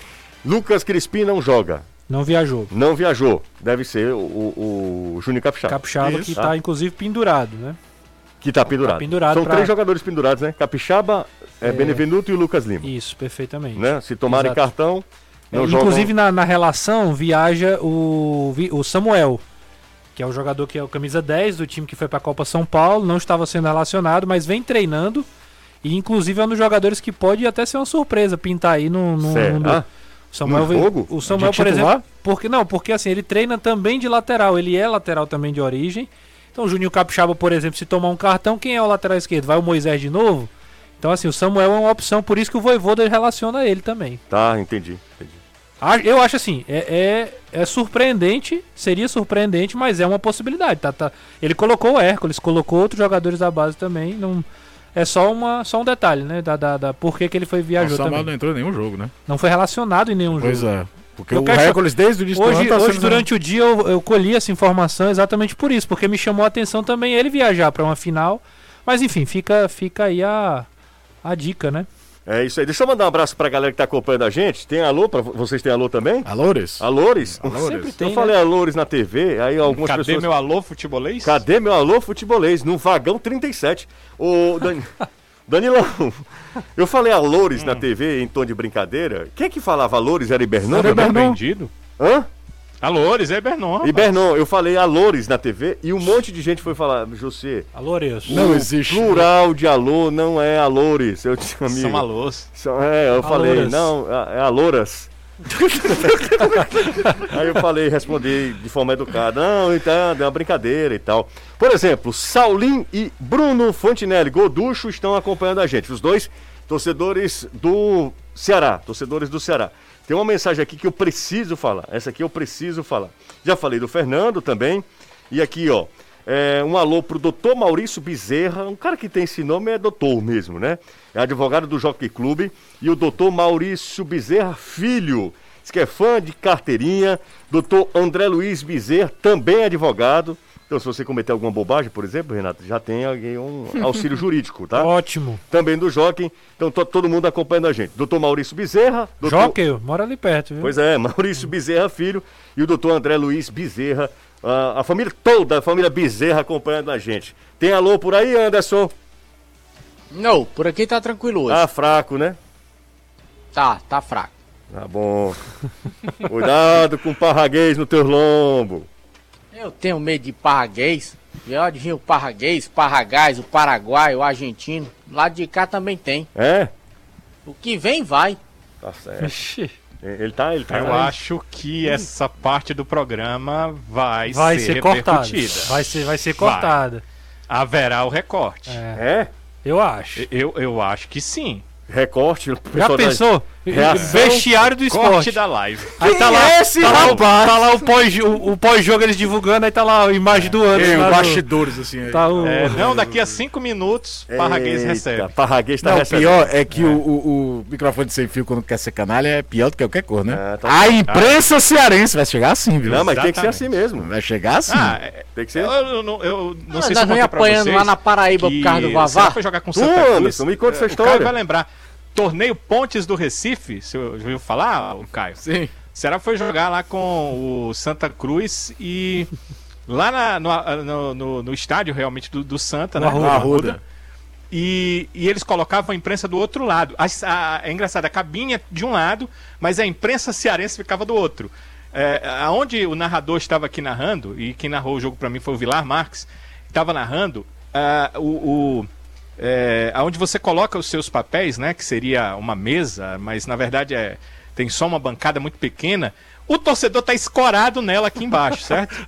Lucas Crispim não joga, Não viajou. não viajou. Deve ser o, o, o Júnior Capixaba. Capixaba, Isso. que Tá? está inclusive pendurado, né? Que tá pendurado. Tá pendurado São pra- três jogadores pendurados, né? Capixaba, é, É. Benevenuto e o Lucas Lima. Isso, perfeitamente. Né? Se tomarem Exato. cartão, não É, jogam. inclusive na, na relação viaja o, vi- o Samuel, que é o jogador que é o camisa dez do time que foi para a Copa São Paulo, não estava sendo relacionado, mas vem treinando e inclusive é um dos jogadores que pode até ser uma surpresa pintar aí no, no, Certo. no- Ah, o Samuel no veio- jogo? o Samuel, De por titular? exemplo, porque não, porque assim, ele treina também de lateral, ele é lateral também de origem. Então o Juninho Capixaba, por exemplo, se tomar um cartão, quem é o lateral esquerdo? Vai o Moisés de novo? Então assim, o Samuel é uma opção, por isso que o Vojvoda relaciona ele também. Tá, entendi. entendi. Ah, eu acho assim, é, é, é surpreendente, seria surpreendente, mas é uma possibilidade. Tá, tá. Ele colocou o Hércules, colocou outros jogadores da base também. Não, é só, uma, só um detalhe, né? Da, da, da, por que, que ele foi O viajou Samuel também. não entrou em nenhum jogo, né? Não foi relacionado em nenhum Pois jogo. é. Porque Eu o quero- Hércules desde o início do Hoje, ano tá hoje sendo- durante o dia, eu, eu colhi essa informação exatamente por isso, porque me chamou a atenção também ele viajar para uma final. Mas enfim, fica, fica aí a, a dica, né? É isso aí. Deixa eu mandar um abraço pra galera que tá acompanhando a gente. Tem alô? Pra... Vocês têm alô também? Alores? Alores? Sempre tem, Eu falei né? alores na T V, aí algumas Cadê pessoas... meu alô futebolês? Cadê meu alô futebolês? No vagão trinta e sete. Ô, Dan... Danilão, eu falei alores Hum. na T V em tom de brincadeira. Quem é que falava alores? Era Ibernon? Era também? Ibernon. Vendido? Hã? Alores, é Bernon. Ibernon, eu falei alores na T V e um monte de gente foi falar, José, Alô, Reus. Não o existe. plural de alô não é alores. Eu tinha amigo. São alôs. São- É, eu falei, Alouras. não, é é alouras. Aí eu falei, respondi de forma educada, não, entendo, é uma brincadeira e tal. Por exemplo, Saulim e Bruno Fontinelli Goducho estão acompanhando a gente, os dois torcedores do Ceará, torcedores do Ceará. Tem uma mensagem aqui que eu preciso falar, essa aqui eu preciso falar. Já falei do Fernando também, e aqui, ó, É, um alô pro doutor Maurício Bezerra, um cara que tem esse nome é doutor mesmo, né? É advogado do Jockey Clube. E o doutor Maurício Bezerra Filho, diz que é fã de carteirinha. doutor André Luiz Bezerra, também advogado. Então, se você cometer alguma bobagem, por exemplo, Renato, já tem alguém, um auxílio jurídico, tá? Ótimo. Também do Jockey. Então, to, todo mundo acompanhando a gente. doutor Maurício Bezerra. doutor... Jockey, mora ali perto, viu? Pois é, Maurício Bezerra Filho e o doutor André Luiz Bezerra. Uh, a família toda, a família Bezerra acompanhando a gente. Tem alô por aí, Anderson? Não, por aqui tá tranquilo hoje. Tá fraco, né? Tá, tá fraco. Tá bom. Cuidado com o parraguês no teu lombo. Eu tenho medo de parraguês. E onde vir o parraguês, parragás, o paraguai, o argentino. Lá de cá também tem. É? O que vem, vai. Tá certo. Ixi. Ele tá, ele tá. Eu acho que essa parte do programa vai, Vai ser, ser cortada. repercutida. Vai ser, vai ser cortada. Haverá o recorte. É. É? Eu acho. Eu, eu acho que sim. Recorte. o Já pessoal da- pensou? Reação. Vestiário do Corte esporte. da live. Aí tá Quem lá, é esse tá lá, o, rapaz? tá lá o pós- o- o pós-jogo eles divulgando, aí tá lá a imagem do ano. Ei, lá os no- bastidores, assim. aí. Tá o... É, não, daqui a cinco minutos, Parraguês Eita, recebe. Parraguês tá Não, o recebendo. pior é que O, o, o microfone sem fio, quando quer ser canalha, é pior do que qualquer cor, né? É, tá- A imprensa cearense vai chegar assim, viu? Não, mas tem que ser Exatamente. assim mesmo. Vai chegar assim. Ah, é- Tem que ser. eu, eu, não- eu não Ah, sei nós se eu vem contei pra apanhando vocês lá na Paraíba que por causa do Vavá. Será que foi jogar com Tu, Santa Cruz. Anderson, me conta essa O história. Caio vai lembrar. Torneio Pontes do Recife, você ouviu falar, o Caio? Sim. Será que foi jogar lá com o Santa Cruz e lá na- no, no, no- no estádio realmente do, do Santa, né? No Arruda. Arruda. E, e eles colocavam a imprensa do outro lado. A, a- é engraçado, a cabine é de um lado, mas a imprensa cearense ficava do outro. É, aonde o narrador estava aqui narrando, e quem narrou o jogo para mim foi o Vilar Marques, estava narrando, ah, o, o, é, aonde você coloca os seus papéis, né, que seria uma mesa, mas na verdade é, tem só uma bancada muito pequena. O torcedor tá escorado nela aqui embaixo, certo?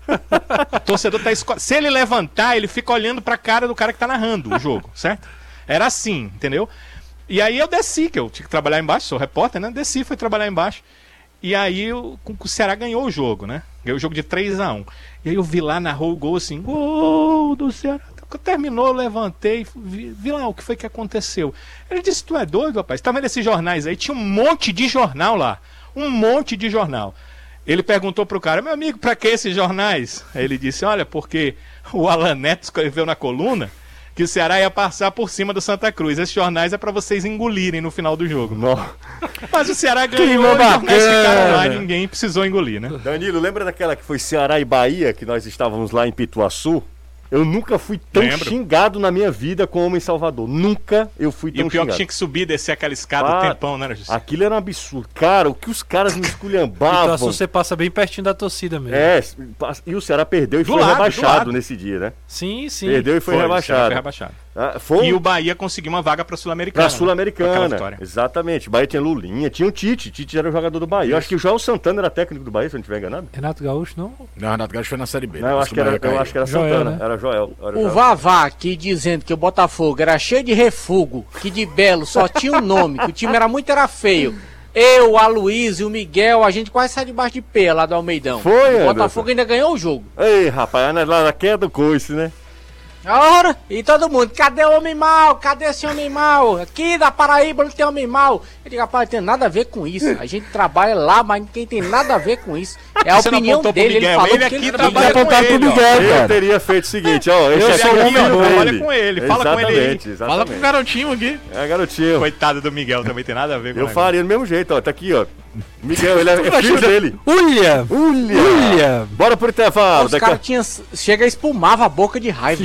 O torcedor tá escorado. Se ele levantar, ele fica olhando pra cara do cara que tá narrando o jogo, certo? Era assim, entendeu? E aí eu desci, que eu tinha que trabalhar embaixo, sou repórter, né? Desci, fui trabalhar embaixo. E aí o, o Ceará ganhou o jogo, né? Ganhou o jogo de três a um. E aí eu vi lá, narrou o gol assim, gol do Ceará. Terminou, eu levantei, vi, vi lá o que foi que aconteceu. Ele disse, tu é doido, rapaz? Tá vendo esses jornais aí? Tinha um monte de jornal lá. Um monte de jornal. Ele perguntou pro cara, meu amigo, pra que esses jornais? Aí ele disse, olha, porque o Alan Neto escreveu na coluna que o Ceará ia passar por cima do Santa Cruz. Esses jornais é pra vocês engolirem no final do jogo. Nó. Mas o Ceará ganhou, os bacana. jornais ficaram lá e ninguém precisou engolir, né? Danilo, lembra daquela que foi Ceará e Bahia, que nós estávamos lá em Pituaçu? Eu nunca fui tão Lembro. xingado na minha vida como em Salvador. Nunca eu fui E tão o pior é que xingado. tinha que subir e descer aquela escada Ah, o tempão, né, Jussi? Aquilo era um absurdo. Cara, o que os caras me esculhambavam. Então, assim, você passa bem pertinho da torcida mesmo. É, e o Ceará perdeu e Do foi lado, do rebaixado lado. nesse dia, né? Sim, sim. Perdeu e foi, Foi, o Ceará rebaixado. foi rebaixado. Ah, foi E um- o Bahia conseguiu uma vaga pra Sul-Americana. Pra né? Com Sul-Americana. aquela vitória. Exatamente. Bahia tinha Lulinha, tinha o Tite. Tite era o jogador do Bahia. Eu acho que o Joel Santana era técnico do Bahia, se eu não estiver enganado. Renato Gaúcho, não? Não, Renato Gaúcho foi na Série B. Não, eu acho que era, eu acho que era Joel, Santana. né? Era Joel. Era O Joel. Vavá aqui dizendo que o Botafogo era cheio de refugo, que de Belo só tinha um nome, que o time era muito era feio. Eu, a Luiz e o Miguel, a gente quase saiu debaixo de pé lá do Almeidão. Foi, O Anderson? Botafogo ainda ganhou o jogo. Ei, rapaz, lá na queda do coice, né? Ora, e todo mundo, cadê o homem mau? Cadê esse homem mau? Aqui da Paraíba não tem homem mau. Eu digo, rapaz, não tem nada a ver com isso. A gente trabalha lá, mas ninguém tem nada a ver com isso. É a Você não opinião apontou pro dele, ele Miguel, falou ele que aqui ele trabalha queria. com ele, ó. Eu cara. teria feito o seguinte, ó. Esse Eu aqui sou é o o Miguel, filho trabalha dele. com ele, fala com ele aí. Exatamente, Fala com o exatamente. garotinho aqui. É, garotinho. Coitado do Miguel, também tem nada a ver com Eu ele. faria do mesmo jeito, ó. Tá aqui, ó. Miguel, ele é, é filho dele. Ulha! Ulha! Ulha! Bora pro intervalo. Os Daqui a- caras tinham. Chega e espumava a boca de raiva.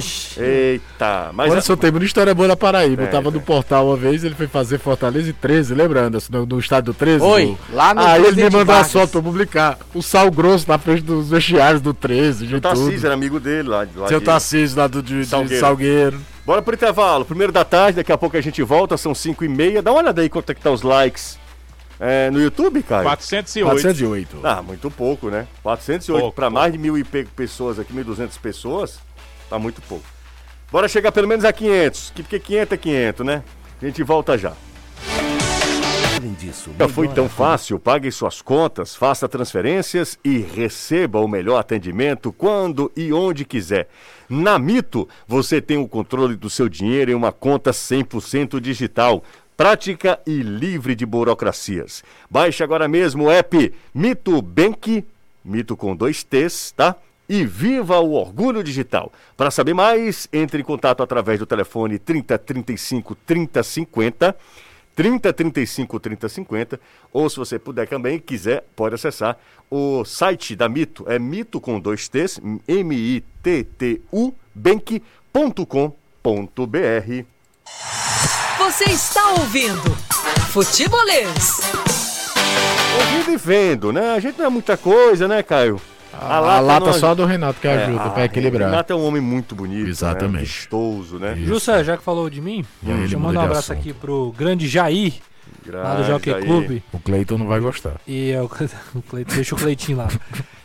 Eita, mas Anderson tem muita história boa na Paraíba. É, Eu tava é. no portal uma vez, ele foi fazer Fortaleza e treze, lembra, Anderson? No, no estádio do treze? Oi, no- lá no Aí ele me Presidente mandou a Vargas. foto pra eu publicar. O sal grosso na frente dos vestiários do treze, de o Tarcísio tudo. era amigo dele lá. lá Seu de- Tarcísio lá do, de, de Salgueiro. Salgueiro. Bora pro intervalo. Primeiro da tarde, daqui a pouco a gente volta, são cinco e meia. Dá uma olhada aí quanto é que tá os likes é, no YouTube, Caio. quatrocentos e oito. quatrocentos e oito. Ah, muito pouco, né? quatrocentos e oito Pouco, para pouco. mais de mil e pe- pessoas aqui, mil e duzentas pessoas, tá muito pouco. Bora chegar pelo menos a quinhentos, que- porque quinhentos é quinhentos, né? A gente volta já. Além disso, Já foi melhora tão fácil, pague suas contas, faça transferências e receba o melhor atendimento quando e onde quiser. Na Mito, você tem o controle do seu dinheiro em uma conta cem por cento digital, prática e livre de burocracias. Baixe agora mesmo o app Mito Bank, Mito com dois T's, tá? E viva o orgulho digital. Para saber mais, entre em contato através do telefone trinta, trinta e cinco, trinta, cinquenta, trinta, trinta e cinco, trinta, cinquenta, ou se você puder também, quiser, pode acessar o site da Mito, é mito com dois T's, M I T T U, bank ponto com ponto B R. Você está ouvindo Futebolês. Ouvindo e vendo, né? A gente não é muita coisa, né, Caio? A, a lata, lata não... só do Renato que ajuda, é, para equilibrar. O Renato é um homem muito bonito, exatamente, né? Vistoso, né? Jussa, já que falou de mim, deixa eu mandar um abraço assunto. aqui pro grande Jair, grande lá do Jockey Clube. O Cleiton não vai gostar. E é o, o Cleiton, deixa o Cleitinho lá.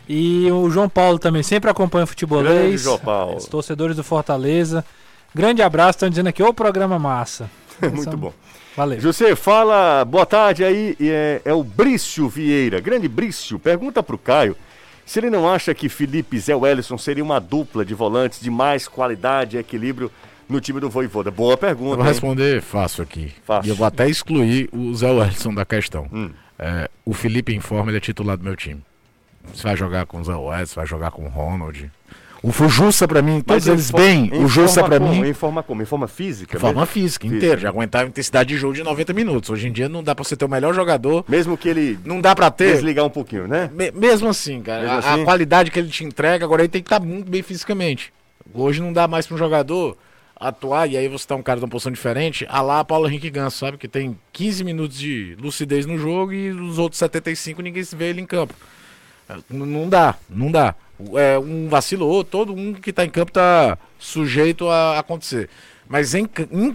E o João Paulo também sempre acompanha o Futebolês. Grande João Paulo. Os torcedores do Fortaleza. Grande abraço, estão dizendo aqui, ô programa massa. Muito bom. Valeu. José, fala, boa tarde aí, é, é o Brício Vieira, grande Brício, pergunta pro Caio se ele não acha que Felipe e Zé Wellison seria uma dupla de volantes de mais qualidade e equilíbrio no time do Vojvoda. Boa pergunta. Eu vou hein? responder fácil aqui. Fácil. E eu vou até excluir o Zé Wellison da questão. Hum. É, o Felipe em forma, ele é titular do meu time. Você vai jogar com o Zé Wellison, vai jogar com o Ronald. O Jussa pra mim, todos eles bem. O Jussa pra mim. Em forma como? Em forma física? Em forma física, inteira. De aguentar a intensidade de jogo de noventa minutos. Hoje em dia não dá pra você ter o melhor jogador. Mesmo que ele. Não dá pra ter. Desligar um pouquinho, né? Me, mesmo assim, cara. Mesmo a, assim? a qualidade que ele te entrega, agora ele tem que estar muito bem fisicamente. Hoje não dá mais pra um jogador atuar, e aí você tá um cara de uma posição diferente, a lá Paulo Henrique Ganso, sabe? Que tem quinze minutos de lucidez no jogo e os outros setenta e cinco ninguém se vê ele em campo. Não, não dá, não dá. É, um vacilo ou outro, todo mundo que está em campo está sujeito a acontecer. Mas em, em,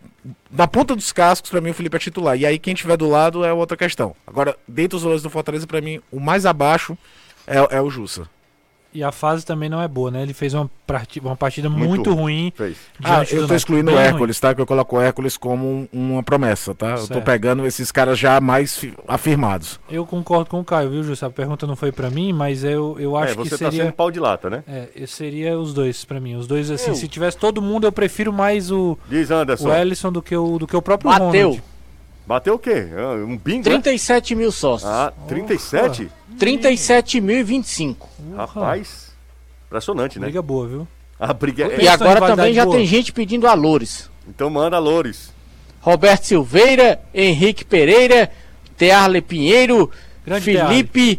na ponta dos cascos, para mim, o Felipe é titular. E aí quem estiver do lado é outra questão. Agora, dentro dos goleiros do Fortaleza, para mim, o mais abaixo é, é o Jussa. E a fase também não é boa, né? Ele fez uma partida, uma partida muito, muito ruim. Fez. Ah, eu tô excluindo o Hércules, tá? Que eu coloco o Hércules como um, uma promessa, tá? Certo. Eu tô pegando esses caras já mais fi- afirmados. Eu concordo com o Caio, viu, Jussa? A pergunta não foi pra mim, mas eu, eu acho é, você que tá seria... sendo pau de lata, né? É, seria os dois pra mim. Os dois, assim, eu... se tivesse todo mundo, eu prefiro mais o... Diz, Anderson. O Ellison do que o, do que o próprio Bateu. Ronald. Bateu o quê? Um bingo, trinta e sete mil sócios. Ah, trinta e sete? Opa. trinta e sete mil e vinte e cinco. Rapaz... Impressionante, né? Briga boa, viu? A briga é... E agora também já boa. Tem gente pedindo alores. Então manda alores. Roberto Silveira, Henrique Pereira, Tearle Pinheiro, Grande Felipe, Tearle.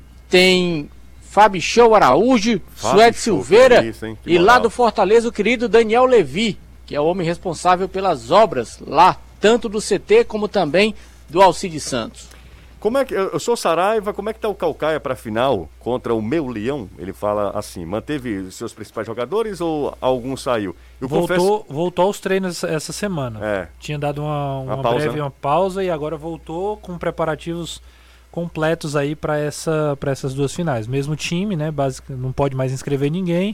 Tem Fábio Show Araújo, Suede Silveira, isso, e lá do Fortaleza o querido Daniel Levi, que é o homem responsável pelas obras lá, tanto do C T como também do Alcides Santos. Como é que, eu sou Saraiva, como é que tá o Caucaia para a final contra o meu Leão? Ele fala assim, manteve os seus principais jogadores ou algum saiu? Eu voltou, confesso... voltou aos treinos essa semana. É. Tinha dado uma, uma, uma pausa, breve né? uma pausa e agora voltou com preparativos completos aí para essa, para essas duas finais. Mesmo time, né? Basic, não pode mais inscrever ninguém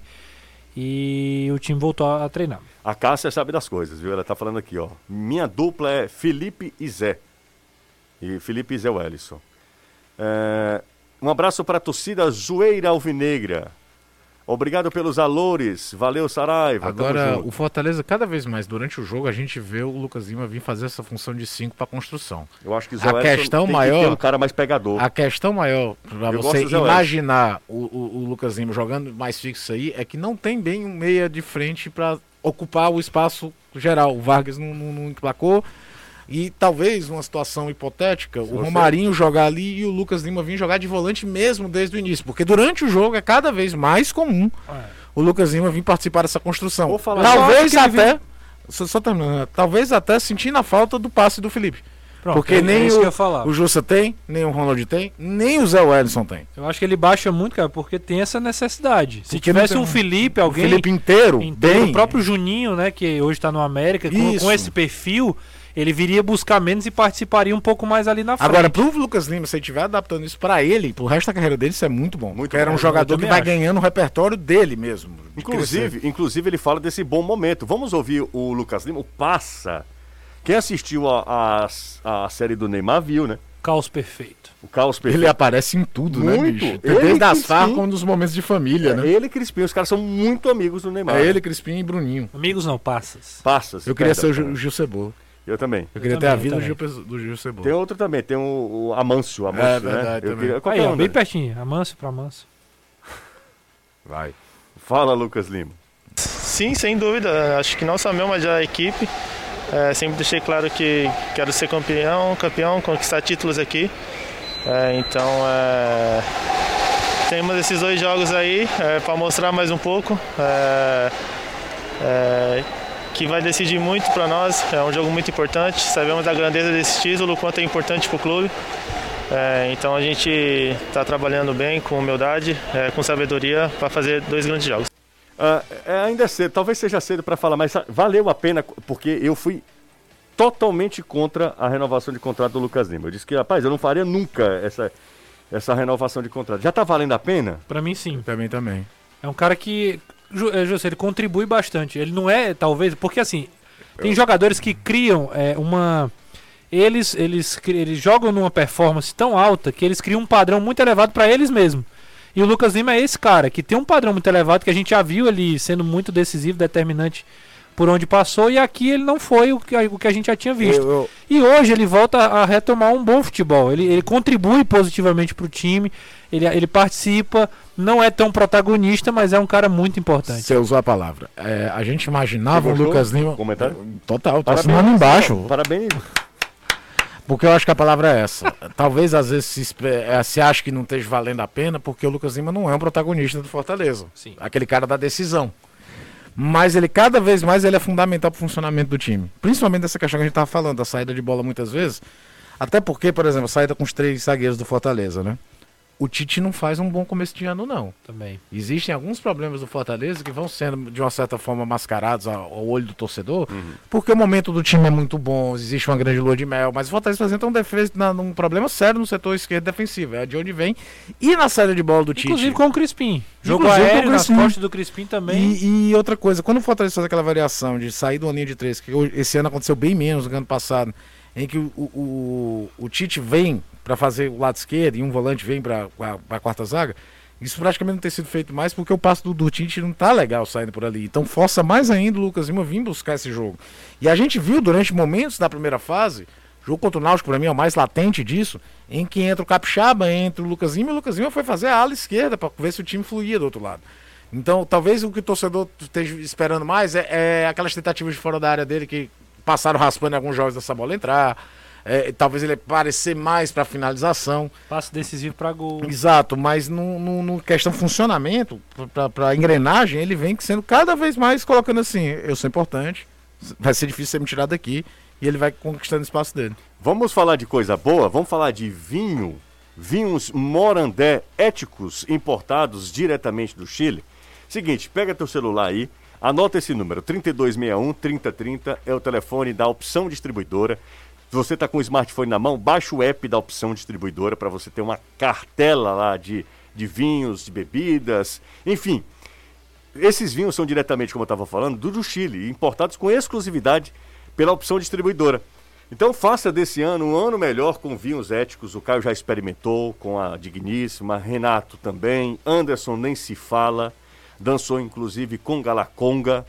e o time voltou a, a treinar. A Cássia sabe das coisas, viu? Ela tá falando aqui, ó. Minha dupla é Felipe e Zé. E Felipe e Zé Wellison. É, um abraço para a torcida Zoeira Alvinegra. Obrigado pelos alores. Valeu, Saraiva. Agora, o Fortaleza, cada vez mais durante o jogo, a gente vê o Lucas Lima vir fazer essa função de cinco para construção. Eu acho que o Zé a Wellison questão tem maior, que ter um cara mais pegador. A questão maior, para você imaginar o, o, o Lucas Lima jogando mais fixo aí, é que não tem bem um meia de frente para ocupar o espaço geral. O Vargas não, não, não emplacou. E talvez, numa situação hipotética, Se o Romarinho você... jogar ali e o Lucas Lima vir jogar de volante mesmo desde o início. Porque durante o jogo é cada vez mais comum é. o Lucas Lima vir participar dessa construção. Vou falar talvez até, vem... só, só terminando, talvez até sentindo a falta do passe do Felipe. Pronto, porque é nem o, o Jussa tem, nem o Ronald tem, nem o Zé Wellison tem. Eu acho que ele baixa muito, cara, porque tem essa necessidade. Se porque tivesse um Felipe, alguém... O Felipe inteiro, inteiro bem... O próprio Juninho, né, que hoje está no América, com, com esse perfil... Ele viria buscar menos e participaria um pouco mais ali na frente. Agora, pro Lucas Lima, se ele estiver adaptando isso pra ele, pro resto da carreira dele, isso é muito bom. Muito porque era um jogador que vai acho. ganhando o repertório dele mesmo. De inclusive, inclusive, ele fala desse bom momento. Vamos ouvir o Lucas Lima, o Passa, Quem assistiu a, a, a série do Neymar viu, né? Caos perfeito. O caos perfeito. Ele aparece em tudo, Muito. né, bicho? Ele Desde as Crispim. farras como dos momentos de família, É, né? ele e Crispim, os caras são muito amigos do Neymar. É ele, Crispim e Bruninho. Amigos não, passas. Passas. Eu queria perdão, ser o Gil, Gil Cebola. Eu também. Eu queria Eu ter a também, vida do também. Gil, do Gil Cebola. Tem outro também, tem o, o Amâncio, Amâncio, É verdade, né? Eu também. queria, qual Aí, que é o ó, nome bem dele? pertinho. Amâncio pra Amâncio. Vai. Fala, Lucas Lima. Sim, sem dúvida. Acho que não só meu, mas já a equipe. É, sempre deixei claro que quero ser campeão, campeão, conquistar títulos aqui. É, então, é, temos esses dois jogos aí é, para mostrar mais um pouco. É, é, que vai decidir muito para nós. É um jogo muito importante. Sabemos da grandeza desse título, o quanto é importante para o clube. É, então a gente está trabalhando bem, com humildade, é, com sabedoria, para fazer dois grandes jogos. Ah, é, ainda é cedo, talvez seja cedo para falar, mas valeu a pena, porque eu fui totalmente contra a renovação de contrato do Lucas Lima. Eu disse que, rapaz, eu não faria nunca essa, essa renovação de contrato. Já tá valendo a pena? Pra mim, sim. Pra mim também. É um cara que, Ju- é, José, ele contribui bastante. Ele não é, talvez, porque assim, tem jogadores que criam é, uma... Eles, eles, cri- eles jogam numa performance tão alta que eles criam um padrão muito elevado pra eles mesmos. E o Lucas Lima é esse cara, que tem um padrão muito elevado, que a gente já viu ele sendo muito decisivo, determinante por onde passou, e aqui ele não foi o que a, o que a gente já tinha visto. Eu- eu- E hoje ele volta a retomar um bom futebol. Ele, ele contribui positivamente para o time, ele, ele participa, não é tão protagonista, mas é um cara muito importante. Você usou a palavra. É, a gente imaginava Você o gostou? Lucas Lima. Comentário? Total, tá Parabéns, assinando embaixo. Parabéns. Porque eu acho que a palavra é essa. Talvez às vezes se, espe- eh, se ache que não esteja valendo a pena, porque o Lucas Lima não é um protagonista do Fortaleza. Sim. Aquele cara da decisão. Mas ele cada vez mais ele é fundamental para o funcionamento do time. Principalmente dessa questão que a gente estava falando, da saída de bola muitas vezes. Até porque, por exemplo, a saída com os três zagueiros do Fortaleza, né? O Tite não faz um bom começo de ano, não. Também. Existem alguns problemas do Fortaleza que vão sendo, de uma certa forma, mascarados ao, ao olho do torcedor, porque o momento do time é muito bom, existe uma grande lua de mel, mas o Fortaleza apresenta um, defesa, na, um problema sério no setor esquerdo defensivo, é de onde vem. E na saída de bola do Tite... Inclusive com o Crispim. Jogo Inclusive com o aéreo nas Crispim. costas do Crispim também. E, e outra coisa, quando o Fortaleza faz aquela variação de sair de uma linha de três, que hoje- esse ano aconteceu bem menos do que ano passado, em que o, o, o, o Tite vem para fazer o lado esquerdo e um volante vem para a quarta zaga, isso praticamente não tem sido feito mais porque o passo do, do Tite não tá legal saindo por ali. Então força mais ainda o Lucas Lima vir buscar esse jogo. E a gente viu durante momentos da primeira fase, jogo contra o Náutico para mim é o mais latente disso, em que entra o Capixaba, entra o Lucas Lima, e o Lucas Lima foi fazer a ala esquerda para ver se o time fluía do outro lado. Então talvez o que o torcedor esteja esperando mais é, é aquelas tentativas de fora da área dele que passaram raspando em alguns jogos dessa bola entrar. É, talvez ele parecer mais para finalização. Passe decisivo para gol. Exato, mas no, no, no questão funcionamento, para engrenagem, ele vem sendo cada vez mais colocando assim, eu sou importante, vai ser difícil ser me tirado daqui, e ele vai conquistando o espaço dele. Vamos falar de coisa boa? Vamos falar de vinho, vinhos Morandé éticos importados diretamente do Chile. Seguinte, pega teu celular aí, anota esse número, trinta e dois sessenta e um, trinta trinta, é o telefone da Opção Distribuidora. Se você está com o smartphone na mão, baixa o app da Opção Distribuidora para você ter uma cartela lá de, de vinhos, de bebidas, enfim. Esses vinhos são diretamente, como eu estava falando, do, do Chile, importados com exclusividade pela Opção Distribuidora. Então faça desse ano um ano melhor com vinhos éticos. O Caio já experimentou com a Digníssima, Renato também, Anderson nem se fala, dançou inclusive com Galaconga,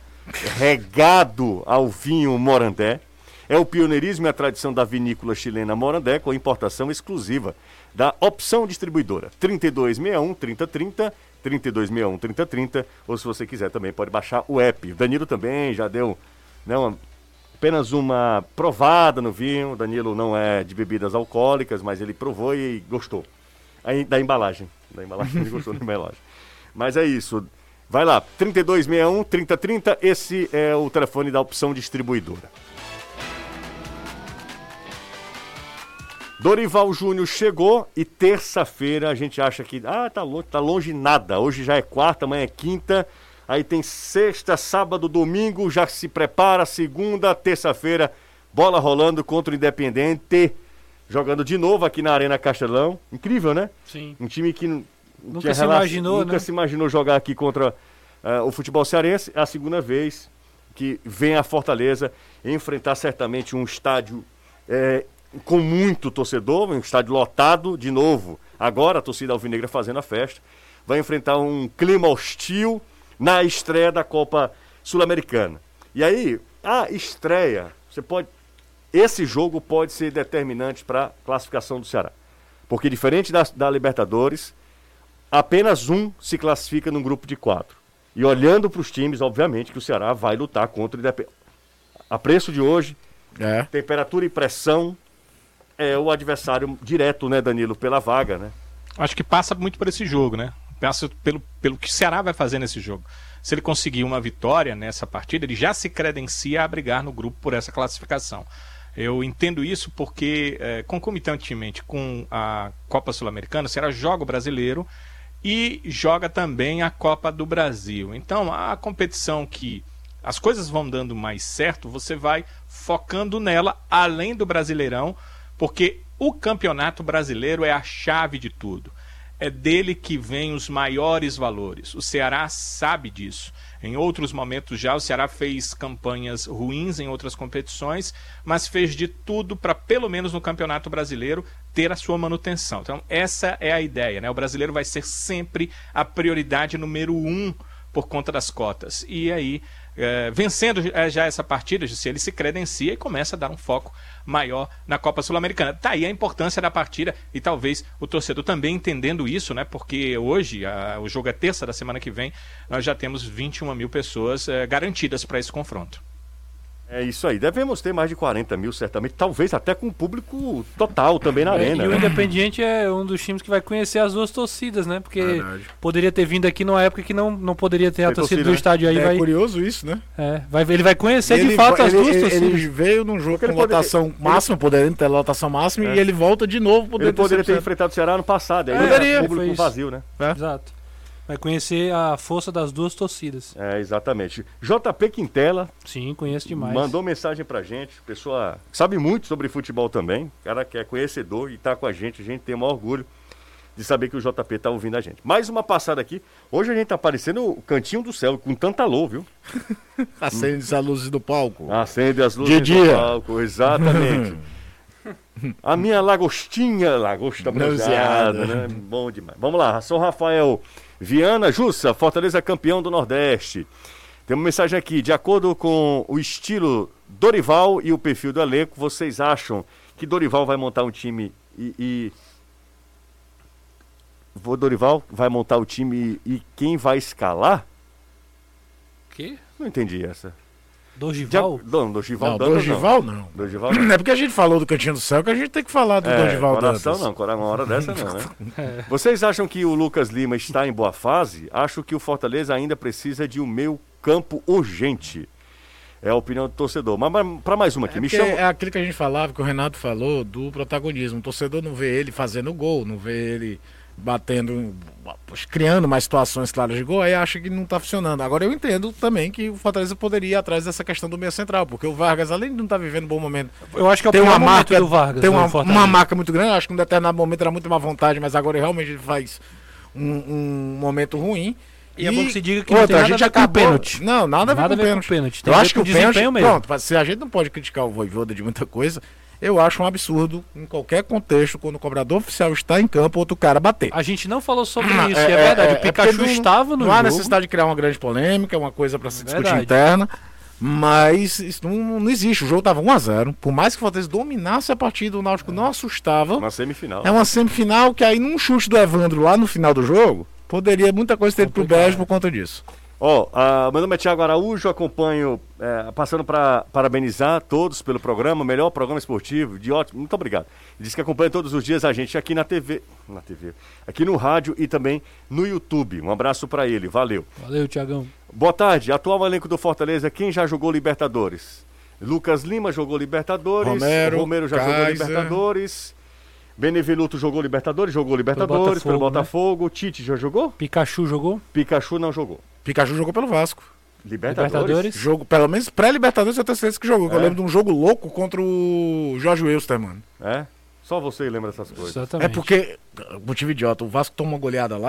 regado ao vinho Morandé. É o pioneirismo e a tradição da vinícola chilena Morandé com importação exclusiva da Opção Distribuidora. trinta e dois sessenta e um, trinta trinta, trinta e dois sessenta e um, trinta trinta, ou se você quiser também pode baixar o app. O Danilo também já deu, né, uma, apenas uma provada no vinho. O Danilo não é de bebidas alcoólicas, mas ele provou e gostou. Aí, da embalagem, da embalagem ele gostou da embalagem. Mas é isso. Vai lá, trinta e dois sessenta e um, trinta trinta, esse é o telefone da Opção Distribuidora. Dorival Júnior chegou e terça-feira a gente acha que ah, tá longe, tá longe nada. Hoje já é quarta, amanhã é quinta, aí tem sexta, sábado, domingo, já se prepara, segunda, terça-feira, bola rolando contra o Independente, jogando de novo aqui na Arena Castelão. Incrível, né? Sim. Um time que n- Nunca tinha se relação- imaginou, nunca né? se imaginou jogar aqui contra uh, o futebol cearense, é a segunda vez que vem a Fortaleza enfrentar certamente um estádio é, com muito torcedor, um estádio lotado de novo. Agora a torcida alvinegra fazendo a festa. Vai enfrentar um clima hostil na estreia da Copa Sul-Americana. E aí, a estreia, você pode... Esse jogo pode ser determinante para a classificação do Ceará. Porque diferente da, da Libertadores, apenas um se classifica num grupo de quatro. E olhando para os times, obviamente que o Ceará vai lutar contra o Independente. A preço de hoje, é. temperatura e pressão, é o adversário direto, né, Danilo, pela vaga, né? Acho que passa muito por esse jogo, né? Passa pelo, pelo que o Ceará vai fazer nesse jogo. Se ele conseguir uma vitória nessa partida, ele já se credencia a brigar no grupo por essa classificação. Eu entendo isso porque, é, concomitantemente com a Copa Sul-Americana, o Ceará joga o Brasileiro e joga também a Copa do Brasil. Então, a competição que as coisas vão dando mais certo, você vai focando nela, além do Brasileirão, porque o Campeonato Brasileiro é a chave de tudo. É dele que vem os maiores valores. O Ceará sabe disso. Em outros momentos já o Ceará fez campanhas ruins em outras competições, mas fez de tudo para, pelo menos no Campeonato Brasileiro, ter a sua manutenção. Então essa é a ideia, né? O brasileiro vai ser sempre a prioridade número um por conta das cotas. E aí, é, vencendo já essa partida, se ele se credencia e começa a dar um foco maior na Copa Sul-Americana. Tá aí a importância da partida e talvez o torcedor também entendendo isso, né? Porque hoje, a, o jogo é terça da semana que vem, nós já temos vinte e uma mil pessoas é, garantidas para esse confronto. É isso aí, devemos ter mais de quarenta mil certamente, talvez até com público total também na é, arena. E o né? Independiente é um dos times que vai conhecer as duas torcidas, né? Porque Verdade. poderia ter vindo aqui numa época que não, não poderia ter Tem a torcida, torcida do estádio aí. É vai... curioso isso, né? É, vai, ele vai conhecer ele, de fato ele, as duas ele, torcidas. Ele veio num jogo Porque com lotação poderia, máxima, ele... podendo ter lotação máxima, é. e ele volta de novo. Ele poderia ter enfrentado o Ceará no passado, aí é, poderia, público vazio, né? É. Exato. Vai conhecer a força das duas torcidas. É, exatamente. J P Quintela. Sim, conheço demais. Mandou mensagem pra gente. Pessoa sabe muito sobre futebol também. O cara que é conhecedor e tá com a gente. A gente tem o maior orgulho de saber que o J P tá ouvindo a gente. Mais uma passada aqui. Hoje a gente tá aparecendo o cantinho do céu, com tanta luz, viu? Acende as luzes do palco. Acende as luzes de do dia. palco, exatamente. A minha lagostinha, lagosta bronzeada, né? Bom demais. Vamos lá, São Rafael Viana, Jussa, Fortaleza campeão do Nordeste. Tem uma mensagem aqui, de acordo com o estilo Dorival e o perfil do elenco, vocês acham que Dorival vai montar um time e... e... O Dorival vai montar o time e, e quem vai escalar? Que? Não entendi essa. Dorival? Já, não, Dorival não, Dantas Dorival não. não. Dorival não. É porque a gente falou do Cantinho do Céu que a gente tem que falar do é, Dorival coração Dantas. não, uma hora dessa não, né? é. Vocês acham que o Lucas Lima está em boa fase? Acho que o Fortaleza ainda precisa de um meio campo urgente. É a opinião do torcedor. Mas, mas para mais uma aqui, é me chama... É aquilo que a gente falava, que o Renato falou, do protagonismo. O torcedor não vê ele fazendo gol, não vê ele batendo, criando mais situações claras de gol, aí acha que não está funcionando. Agora eu entendo também que o Fortaleza poderia ir atrás dessa questão do meio central, porque o Vargas, além de não estar tá vivendo um bom momento, eu acho que é o tem uma marca do Vargas, tem uma, uma marca muito grande. Acho que em um determinado momento era muito má vontade, mas agora realmente ele faz um, um momento ruim. E, e é bom que se diga que outra, não tem nada a gente a ver acabou... com pênalti. Não, nada a ver, nada com, a ver pênalti. com pênalti. Eu acho que o pênalti, mesmo. pronto, se a gente não pode criticar o Vojvoda de muita coisa, eu acho um absurdo, em qualquer contexto, quando o cobrador oficial está em campo, outro cara bater. A gente não falou sobre Ah, isso, é, é, é verdade. É, o Pikachu é não, estava no Não há jogo. necessidade de criar uma grande polêmica, é uma coisa para se é discutir verdade. interna, mas isso não, não existe. O jogo estava um a zero. Por mais que o Fortaleza dominasse a partida, o Náutico é. não assustava. Uma semifinal. É uma semifinal que aí, num chute do Evandro lá no final do jogo, poderia muita coisa ter ido pro Bege por conta disso. Ó, oh, uh, meu nome é Thiago Araújo, acompanho, é, passando para parabenizar todos pelo programa, melhor programa esportivo, de ótimo, muito obrigado. Diz que acompanha todos os dias a gente aqui na T V, na T V, aqui no rádio e também no YouTube. Um abraço para ele, valeu. Valeu, Thiagão. Boa tarde, atual elenco do Fortaleza, quem já jogou Libertadores? Lucas Lima jogou Libertadores, Romero, Romero já Kaiser. jogou Libertadores, Benevenuto jogou Libertadores, jogou Libertadores pelo Botafogo, pelo Botafogo. Né? Tite já jogou? Pikachu jogou? Pikachu não jogou. Pikachu jogou pelo Vasco. Libertadores? Libertadores? Jogo, pelo menos pré-Libertadores eu tenho certeza que jogou. É. Eu lembro de um jogo louco contra o Jorge Wilster, mano. É? Só você lembra dessas coisas. Exatamente. É porque, motivo idiota, o Vasco toma uma goleada lá,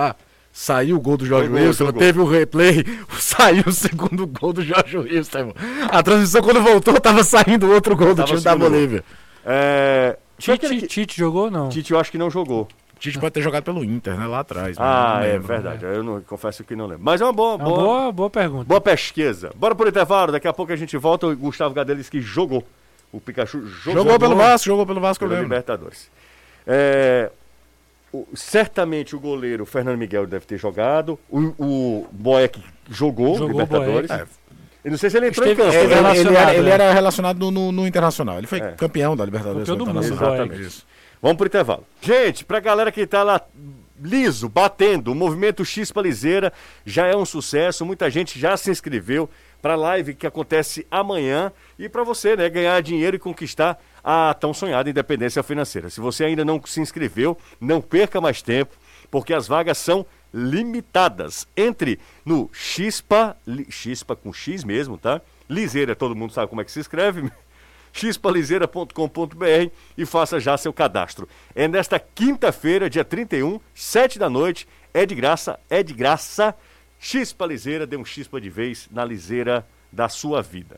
Saiu o gol do Jorge Foi gol, Wilson, foi gol. teve o replay, saiu o segundo gol do Jorge Wilson, irmão. A transmissão, quando voltou, tava saindo outro gol do Tava time da segundo Bolívia. É... foi Tite, aquele que- Tite jogou não? Tite eu acho que não jogou. Tite pode ter jogado pelo Inter, né? Lá atrás. mas Ah, não é lembro, verdade. né? Eu não, confesso que não lembro. Mas é uma boa, É uma boa, boa, boa pergunta. boa pesquisa. Bora pro intervalo, daqui a pouco a gente volta. O Gustavo Gadelis que jogou. O Pikachu jogou, Jogou pelo Vasco, jogou pelo Vasco, eu pela lembro. Libertadores. É, o- certamente o goleiro Fernando Miguel deve ter jogado. O, o Boeck jogou, Jogou Libertadores. Boeck. Eu não sei se ele entrou Esteve- em campo. Ele, Esteve né? ele- ele relacionado, era, ele né? era relacionado no, no- no Internacional. Ele foi É. campeão da Libertadores. Campeão do no mundo, Internacional. Exatamente. Isso. Vamos pro intervalo. Gente, pra galera que tá lá liso, batendo, o movimento Chispa Liseira já é um sucesso. Muita gente já se inscreveu pra live que acontece amanhã e pra você, né, ganhar dinheiro e conquistar a tão sonhada independência financeira. Se você ainda não se inscreveu, não perca mais tempo, porque as vagas são limitadas. Entre no Chispa, li- Chispa com X mesmo, tá? Liseira, todo mundo sabe como é que se escreve. chispa liseira ponto com ponto b r e faça já seu cadastro. É nesta quinta-feira, dia trinta e um, sete da noite. É de graça, é de graça. Chispa Liseira, dê um chispa de vez na liseira da sua vida.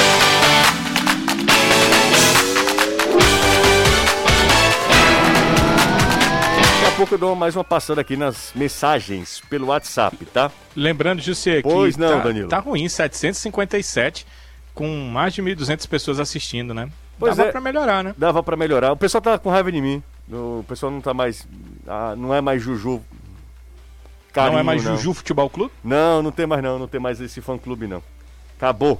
Daqui a pouco eu dou mais uma passada aqui nas mensagens pelo WhatsApp, tá? Lembrando, José, que Pois não, tá, Danilo. tá ruim, setecentos e cinquenta e sete, com mais de mil e duzentas pessoas assistindo, né? Pois Dava é. pra melhorar, né? Dava pra melhorar. O pessoal tá com raiva de mim. O pessoal não tá mais. Ah, não é mais Juju. Carinho, não é mais não. Juju Futebol Clube? Não, não tem mais não, não tem mais esse fã clube não. Acabou.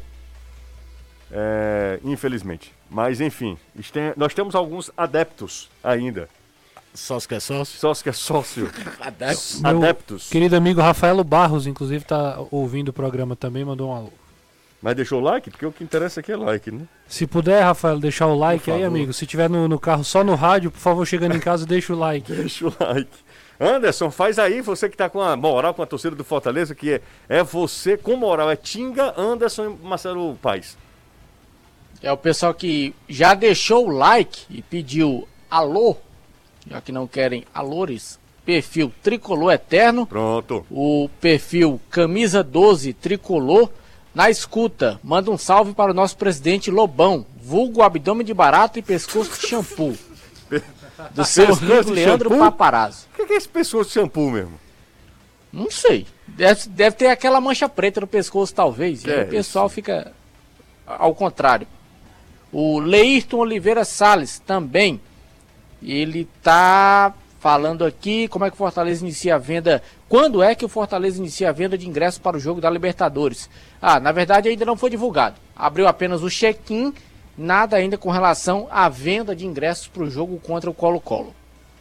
É, infelizmente. Mas enfim, este- nós temos alguns adeptos ainda. Sócio que é sócio? Sócio que é sócio. Adeptos. Meu Adeptos. querido amigo Rafaelo Barros, inclusive, tá ouvindo o programa também, mandou um alô. Mas deixou o like? Porque o que interessa aqui é like, né? Se puder, Rafael, deixar o like Por aí, favor. amigo. Se tiver no, no carro só no rádio, por favor, chegando em casa, deixa o like. Deixa o like. Anderson, faz aí, você que tá com a moral com a torcida do Fortaleza, que é, é você com moral, é Tinga, Anderson e Marcelo Paes. É o pessoal que já deixou o like e pediu alô, já que não querem alores, perfil Tricolor Eterno, Pronto. o perfil Camisa doze Tricolor, na escuta, manda um salve para o nosso presidente Lobão, vulgo abdômen de barata e pescoço de shampoo, do seu Pescoço amigo de Leandro shampoo? Paparazzo. O que é esse pescoço de shampoo mesmo? Não sei, deve, deve ter aquela mancha preta no pescoço talvez, e aí É, o pessoal fica ao contrário. O Leirton Oliveira Salles também, ele tá falando aqui como é que o Fortaleza inicia a venda, quando é que o Fortaleza inicia a venda de ingressos para o jogo da Libertadores. Ah, na verdade ainda não foi divulgado, abriu apenas o check-in, nada ainda com relação à venda de ingressos para o jogo contra o Colo-Colo.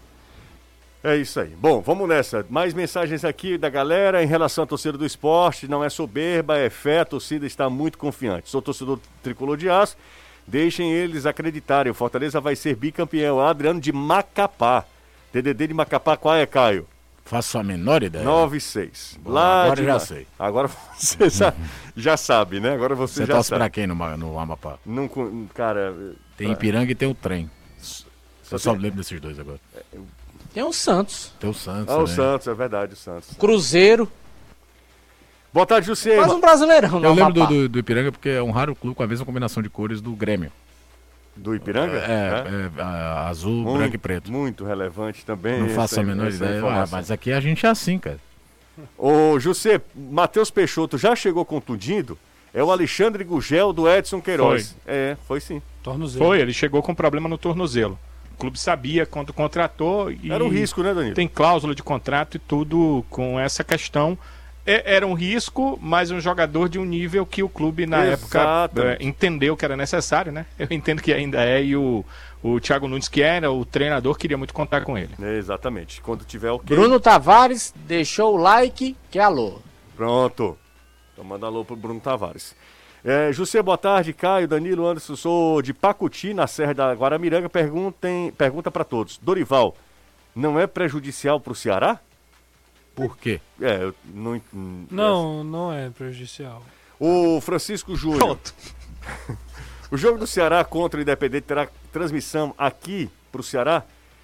É isso aí. Bom, vamos nessa. Mais mensagens aqui da galera em relação à torcida do esporte. Não é soberba, é fé. A torcida está muito confiante. Sou torcedor tricolor de aço. Deixem eles acreditarem. O Fortaleza vai ser bicampeão. Adriano de Macapá. D D D de Macapá, qual é, Caio? Faço a menor ideia. nove seis. Bom, Lá agora de já Ma- sei. Agora você já, já sabe, né? Agora você, Você já torce sabe. pra quem no, Ma- no Amapá? Não, con- cara, Tem Ipiranga e tem o trem. só Eu só tem- lembro desses dois agora. Tem o Santos, Tem o Santos. Ah, o né? Santos, é verdade, o Santos. Cruzeiro, Boa tarde, José. quase um brasileirão, Eu não, lembro do, Amapá. do, do Ipiranga porque é um raro clube com a mesma combinação de cores do Grêmio. Do Ipiranga? É, é, a- azul, Muito, branco e preto. Muito relevante também. Não essa- faço a menor essa ideia. Ah, informação. mas aqui a gente é assim, cara. Ô, José, Matheus Peixoto já chegou contundido? É o Alexandre Gugel do Edson Queiroz. É, foi sim. Tornozelo. Foi, ele chegou com problema no tornozelo. O clube sabia quando contratou e Era um risco, né, Danilo? tem cláusula de contrato e tudo com essa questão. É- era um risco, mas um jogador de um nível que o clube na época Exatamente. é, entendeu que era necessário, né? Eu entendo que ainda é e o, o Thiago Nunes, que era o treinador, queria muito contar com ele. É, exatamente. Quando tiver ok. Bruno Tavares deixou o like, que é alô. Pronto. Então manda alô pro Bruno Tavares. É, José, boa tarde. Caio, Danilo, Anderson, sou de Pacuti, na Serra da Guaramiranga. Perguntem, pergunta para todos. Dorival, não é prejudicial pro Ceará? Por quê? É, eu não... Não, não é prejudicial. O Francisco Júnior. O jogo do Ceará contra o Independente terá transmissão aqui pro Ceará?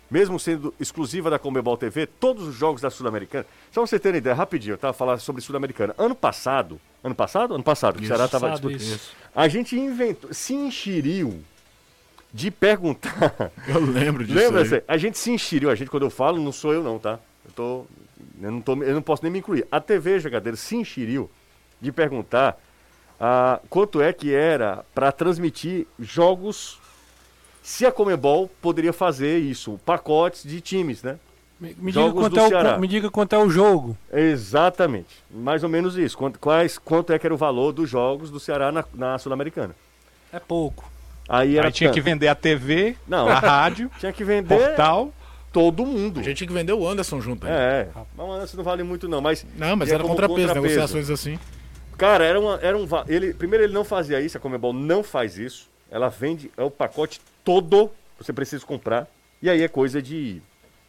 mesmo sendo exclusiva da Conmebol T V, todos os jogos da Sul-Americana. Só pra você ter uma ideia, rapidinho, tá? Falar sobre Sul-Americana. Ano passado, ano passado? Ano passado, que o Ceará tava disputando. A gente inventou, se enxeriu de perguntar. Eu lembro disso. Lembra? Aí. A gente se enxeriu, a gente, quando eu falo, não sou eu não, tá? Eu tô. Eu não, tô, eu não posso nem me incluir. A T V Jangadeiro se enxeriu de perguntar ah, quanto é que era para transmitir jogos, se a Conmebol poderia fazer isso, pacotes de times, né? Me, me, diga quanto é o, me diga quanto é o jogo. Exatamente, mais ou menos isso. Quanto, quais, quanto é que era o valor dos jogos do Ceará na, na Sul-Americana? É pouco. Aí, era Aí tinha tanto. que vender a T V, não, a rádio, tinha que vender portal. Todo mundo. A gente tinha que vender o Anderson junto aí. É, mas o Anderson não vale muito não, mas... Não, mas era era como contrapeso, contrapeso, negociações assim. Cara, era, uma, era um... Ele, primeiro, ele não fazia isso, a Conmebol não faz isso. Ela vende, é o pacote todo, você precisa comprar. E aí é coisa de...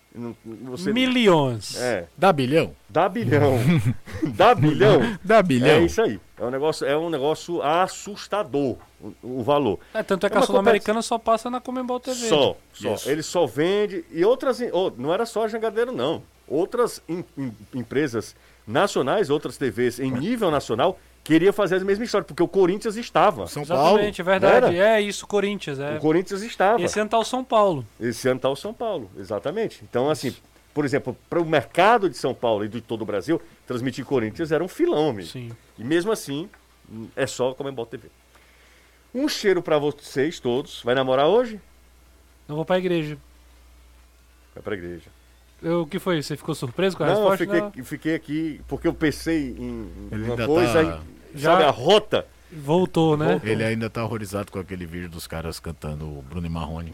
Você, milhões. É. Dá bilhão? Dá bilhão. Dá bilhão? Dá bilhão. É isso aí. É um negócio, é um negócio assustador, o, o valor. É, tanto é que é a Sul-Americana competi... só passa na Conmebol T V. Só, só. Isso. Ele só vende. E outras. Oh, não era só Jangadeiro, não. Outras em, em, empresas nacionais, outras T Vs em nível nacional, queriam fazer a mesma história, porque o Corinthians estava. São Paulo. Exatamente, é verdade. É isso, Corinthians. É. O Corinthians estava. Esse ano tá o São Paulo. Esse ano tá o São Paulo, exatamente. Então, assim, por exemplo, para o mercado de São Paulo e de todo o Brasil, transmitir Corinthians era um filão, amigo. Sim. E mesmo assim, é só Conmebol T V. Um cheiro para vocês todos. Vai namorar hoje? Não vou pra igreja. Vai pra igreja. Eu, o que foi? Você ficou surpreso com a Não, eu resposta? fiquei, Não. fiquei aqui porque eu pensei em Ele uma ainda coisa, tá- em, Já- sabe, a rota. Voltou, né? Ele ainda tá horrorizado com aquele vídeo dos caras cantando o Bruno e Marrone.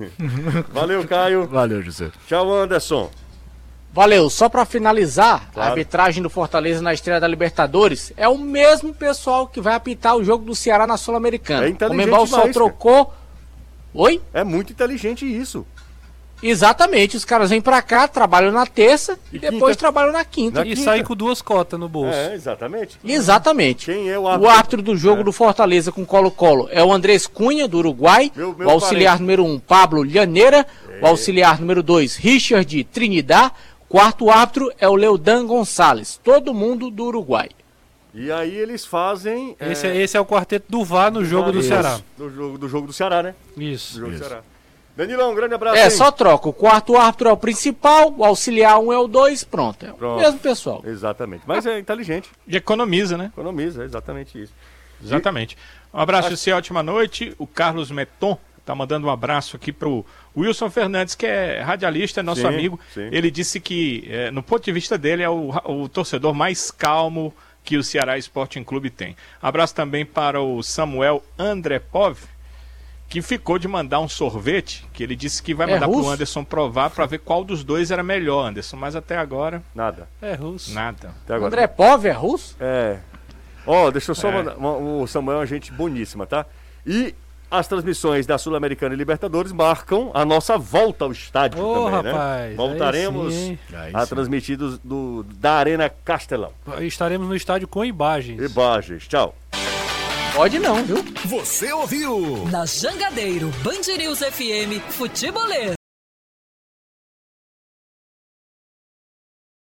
Valeu, Caio. Valeu, José. Tchau, Anderson. Valeu, só pra finalizar, Claro. a arbitragem do Fortaleza na estreia da Libertadores é o mesmo pessoal que vai apitar o jogo do Ceará na Sul-Americana. É O inteligente Conmebol só demais, trocou... Oi? É muito inteligente isso. Exatamente, os caras vêm pra cá, trabalham na terça e, E depois quinta? trabalham na quinta. Na E quinta. sair com duas cotas no bolso. É, exatamente. Exatamente. Quem é o O árbitro? árbitro do jogo do Fortaleza com Colo-Colo é o Andrés Cunha, do Uruguai. Meu- meu o auxiliar parente. número um, Pablo Llaneira. O auxiliar número dois, Richard Trinidad. Quarto árbitro é o Leodan Gonçalves. Todo mundo do Uruguai. E aí eles fazem... Esse é, esse é o quarteto do V A R no jogo do Isso. Ceará. Do jogo, do jogo do Ceará, né? Do Isso. jogo Isso. do Ceará. Danilão, um grande abraço. É, hein? só troca. O quarto árbitro é o principal, o auxiliar um é o dois, pronto. É Pronto. o mesmo pessoal. Exatamente. Mas é inteligente. E economiza, né? Economiza, é exatamente isso. Exatamente. Um abraço, José, ótima noite. O Carlos Meton tá mandando um abraço aqui pro Wilson Fernandes, que é radialista, é nosso Sim, amigo. sim. Ele disse que, eh, no ponto de vista dele, é o, o torcedor mais calmo que o Ceará Sporting Clube tem. Abraço também para o Samuel Andrepov, que ficou de mandar um sorvete, que ele disse que vai É mandar pro russo? Anderson provar para ver qual dos dois era melhor, Anderson. Mas até agora, Nada. É russo. nada. Até agora. André Pov é russo? É. Ó, deixa eu só É. mandar. O Samuel é uma gente boníssima, tá? E as transmissões da Sul-Americana e Libertadores marcam a nossa volta ao estádio Ô, também, rapaz, né? Voltaremos aí sim, Aí a sim. transmitir do, do- da Arena Castelão. Estaremos no estádio com imagens. Imagens. Tchau. Pode não, viu? Você ouviu? Na Jangadeiro, Band News F M, Futebolês.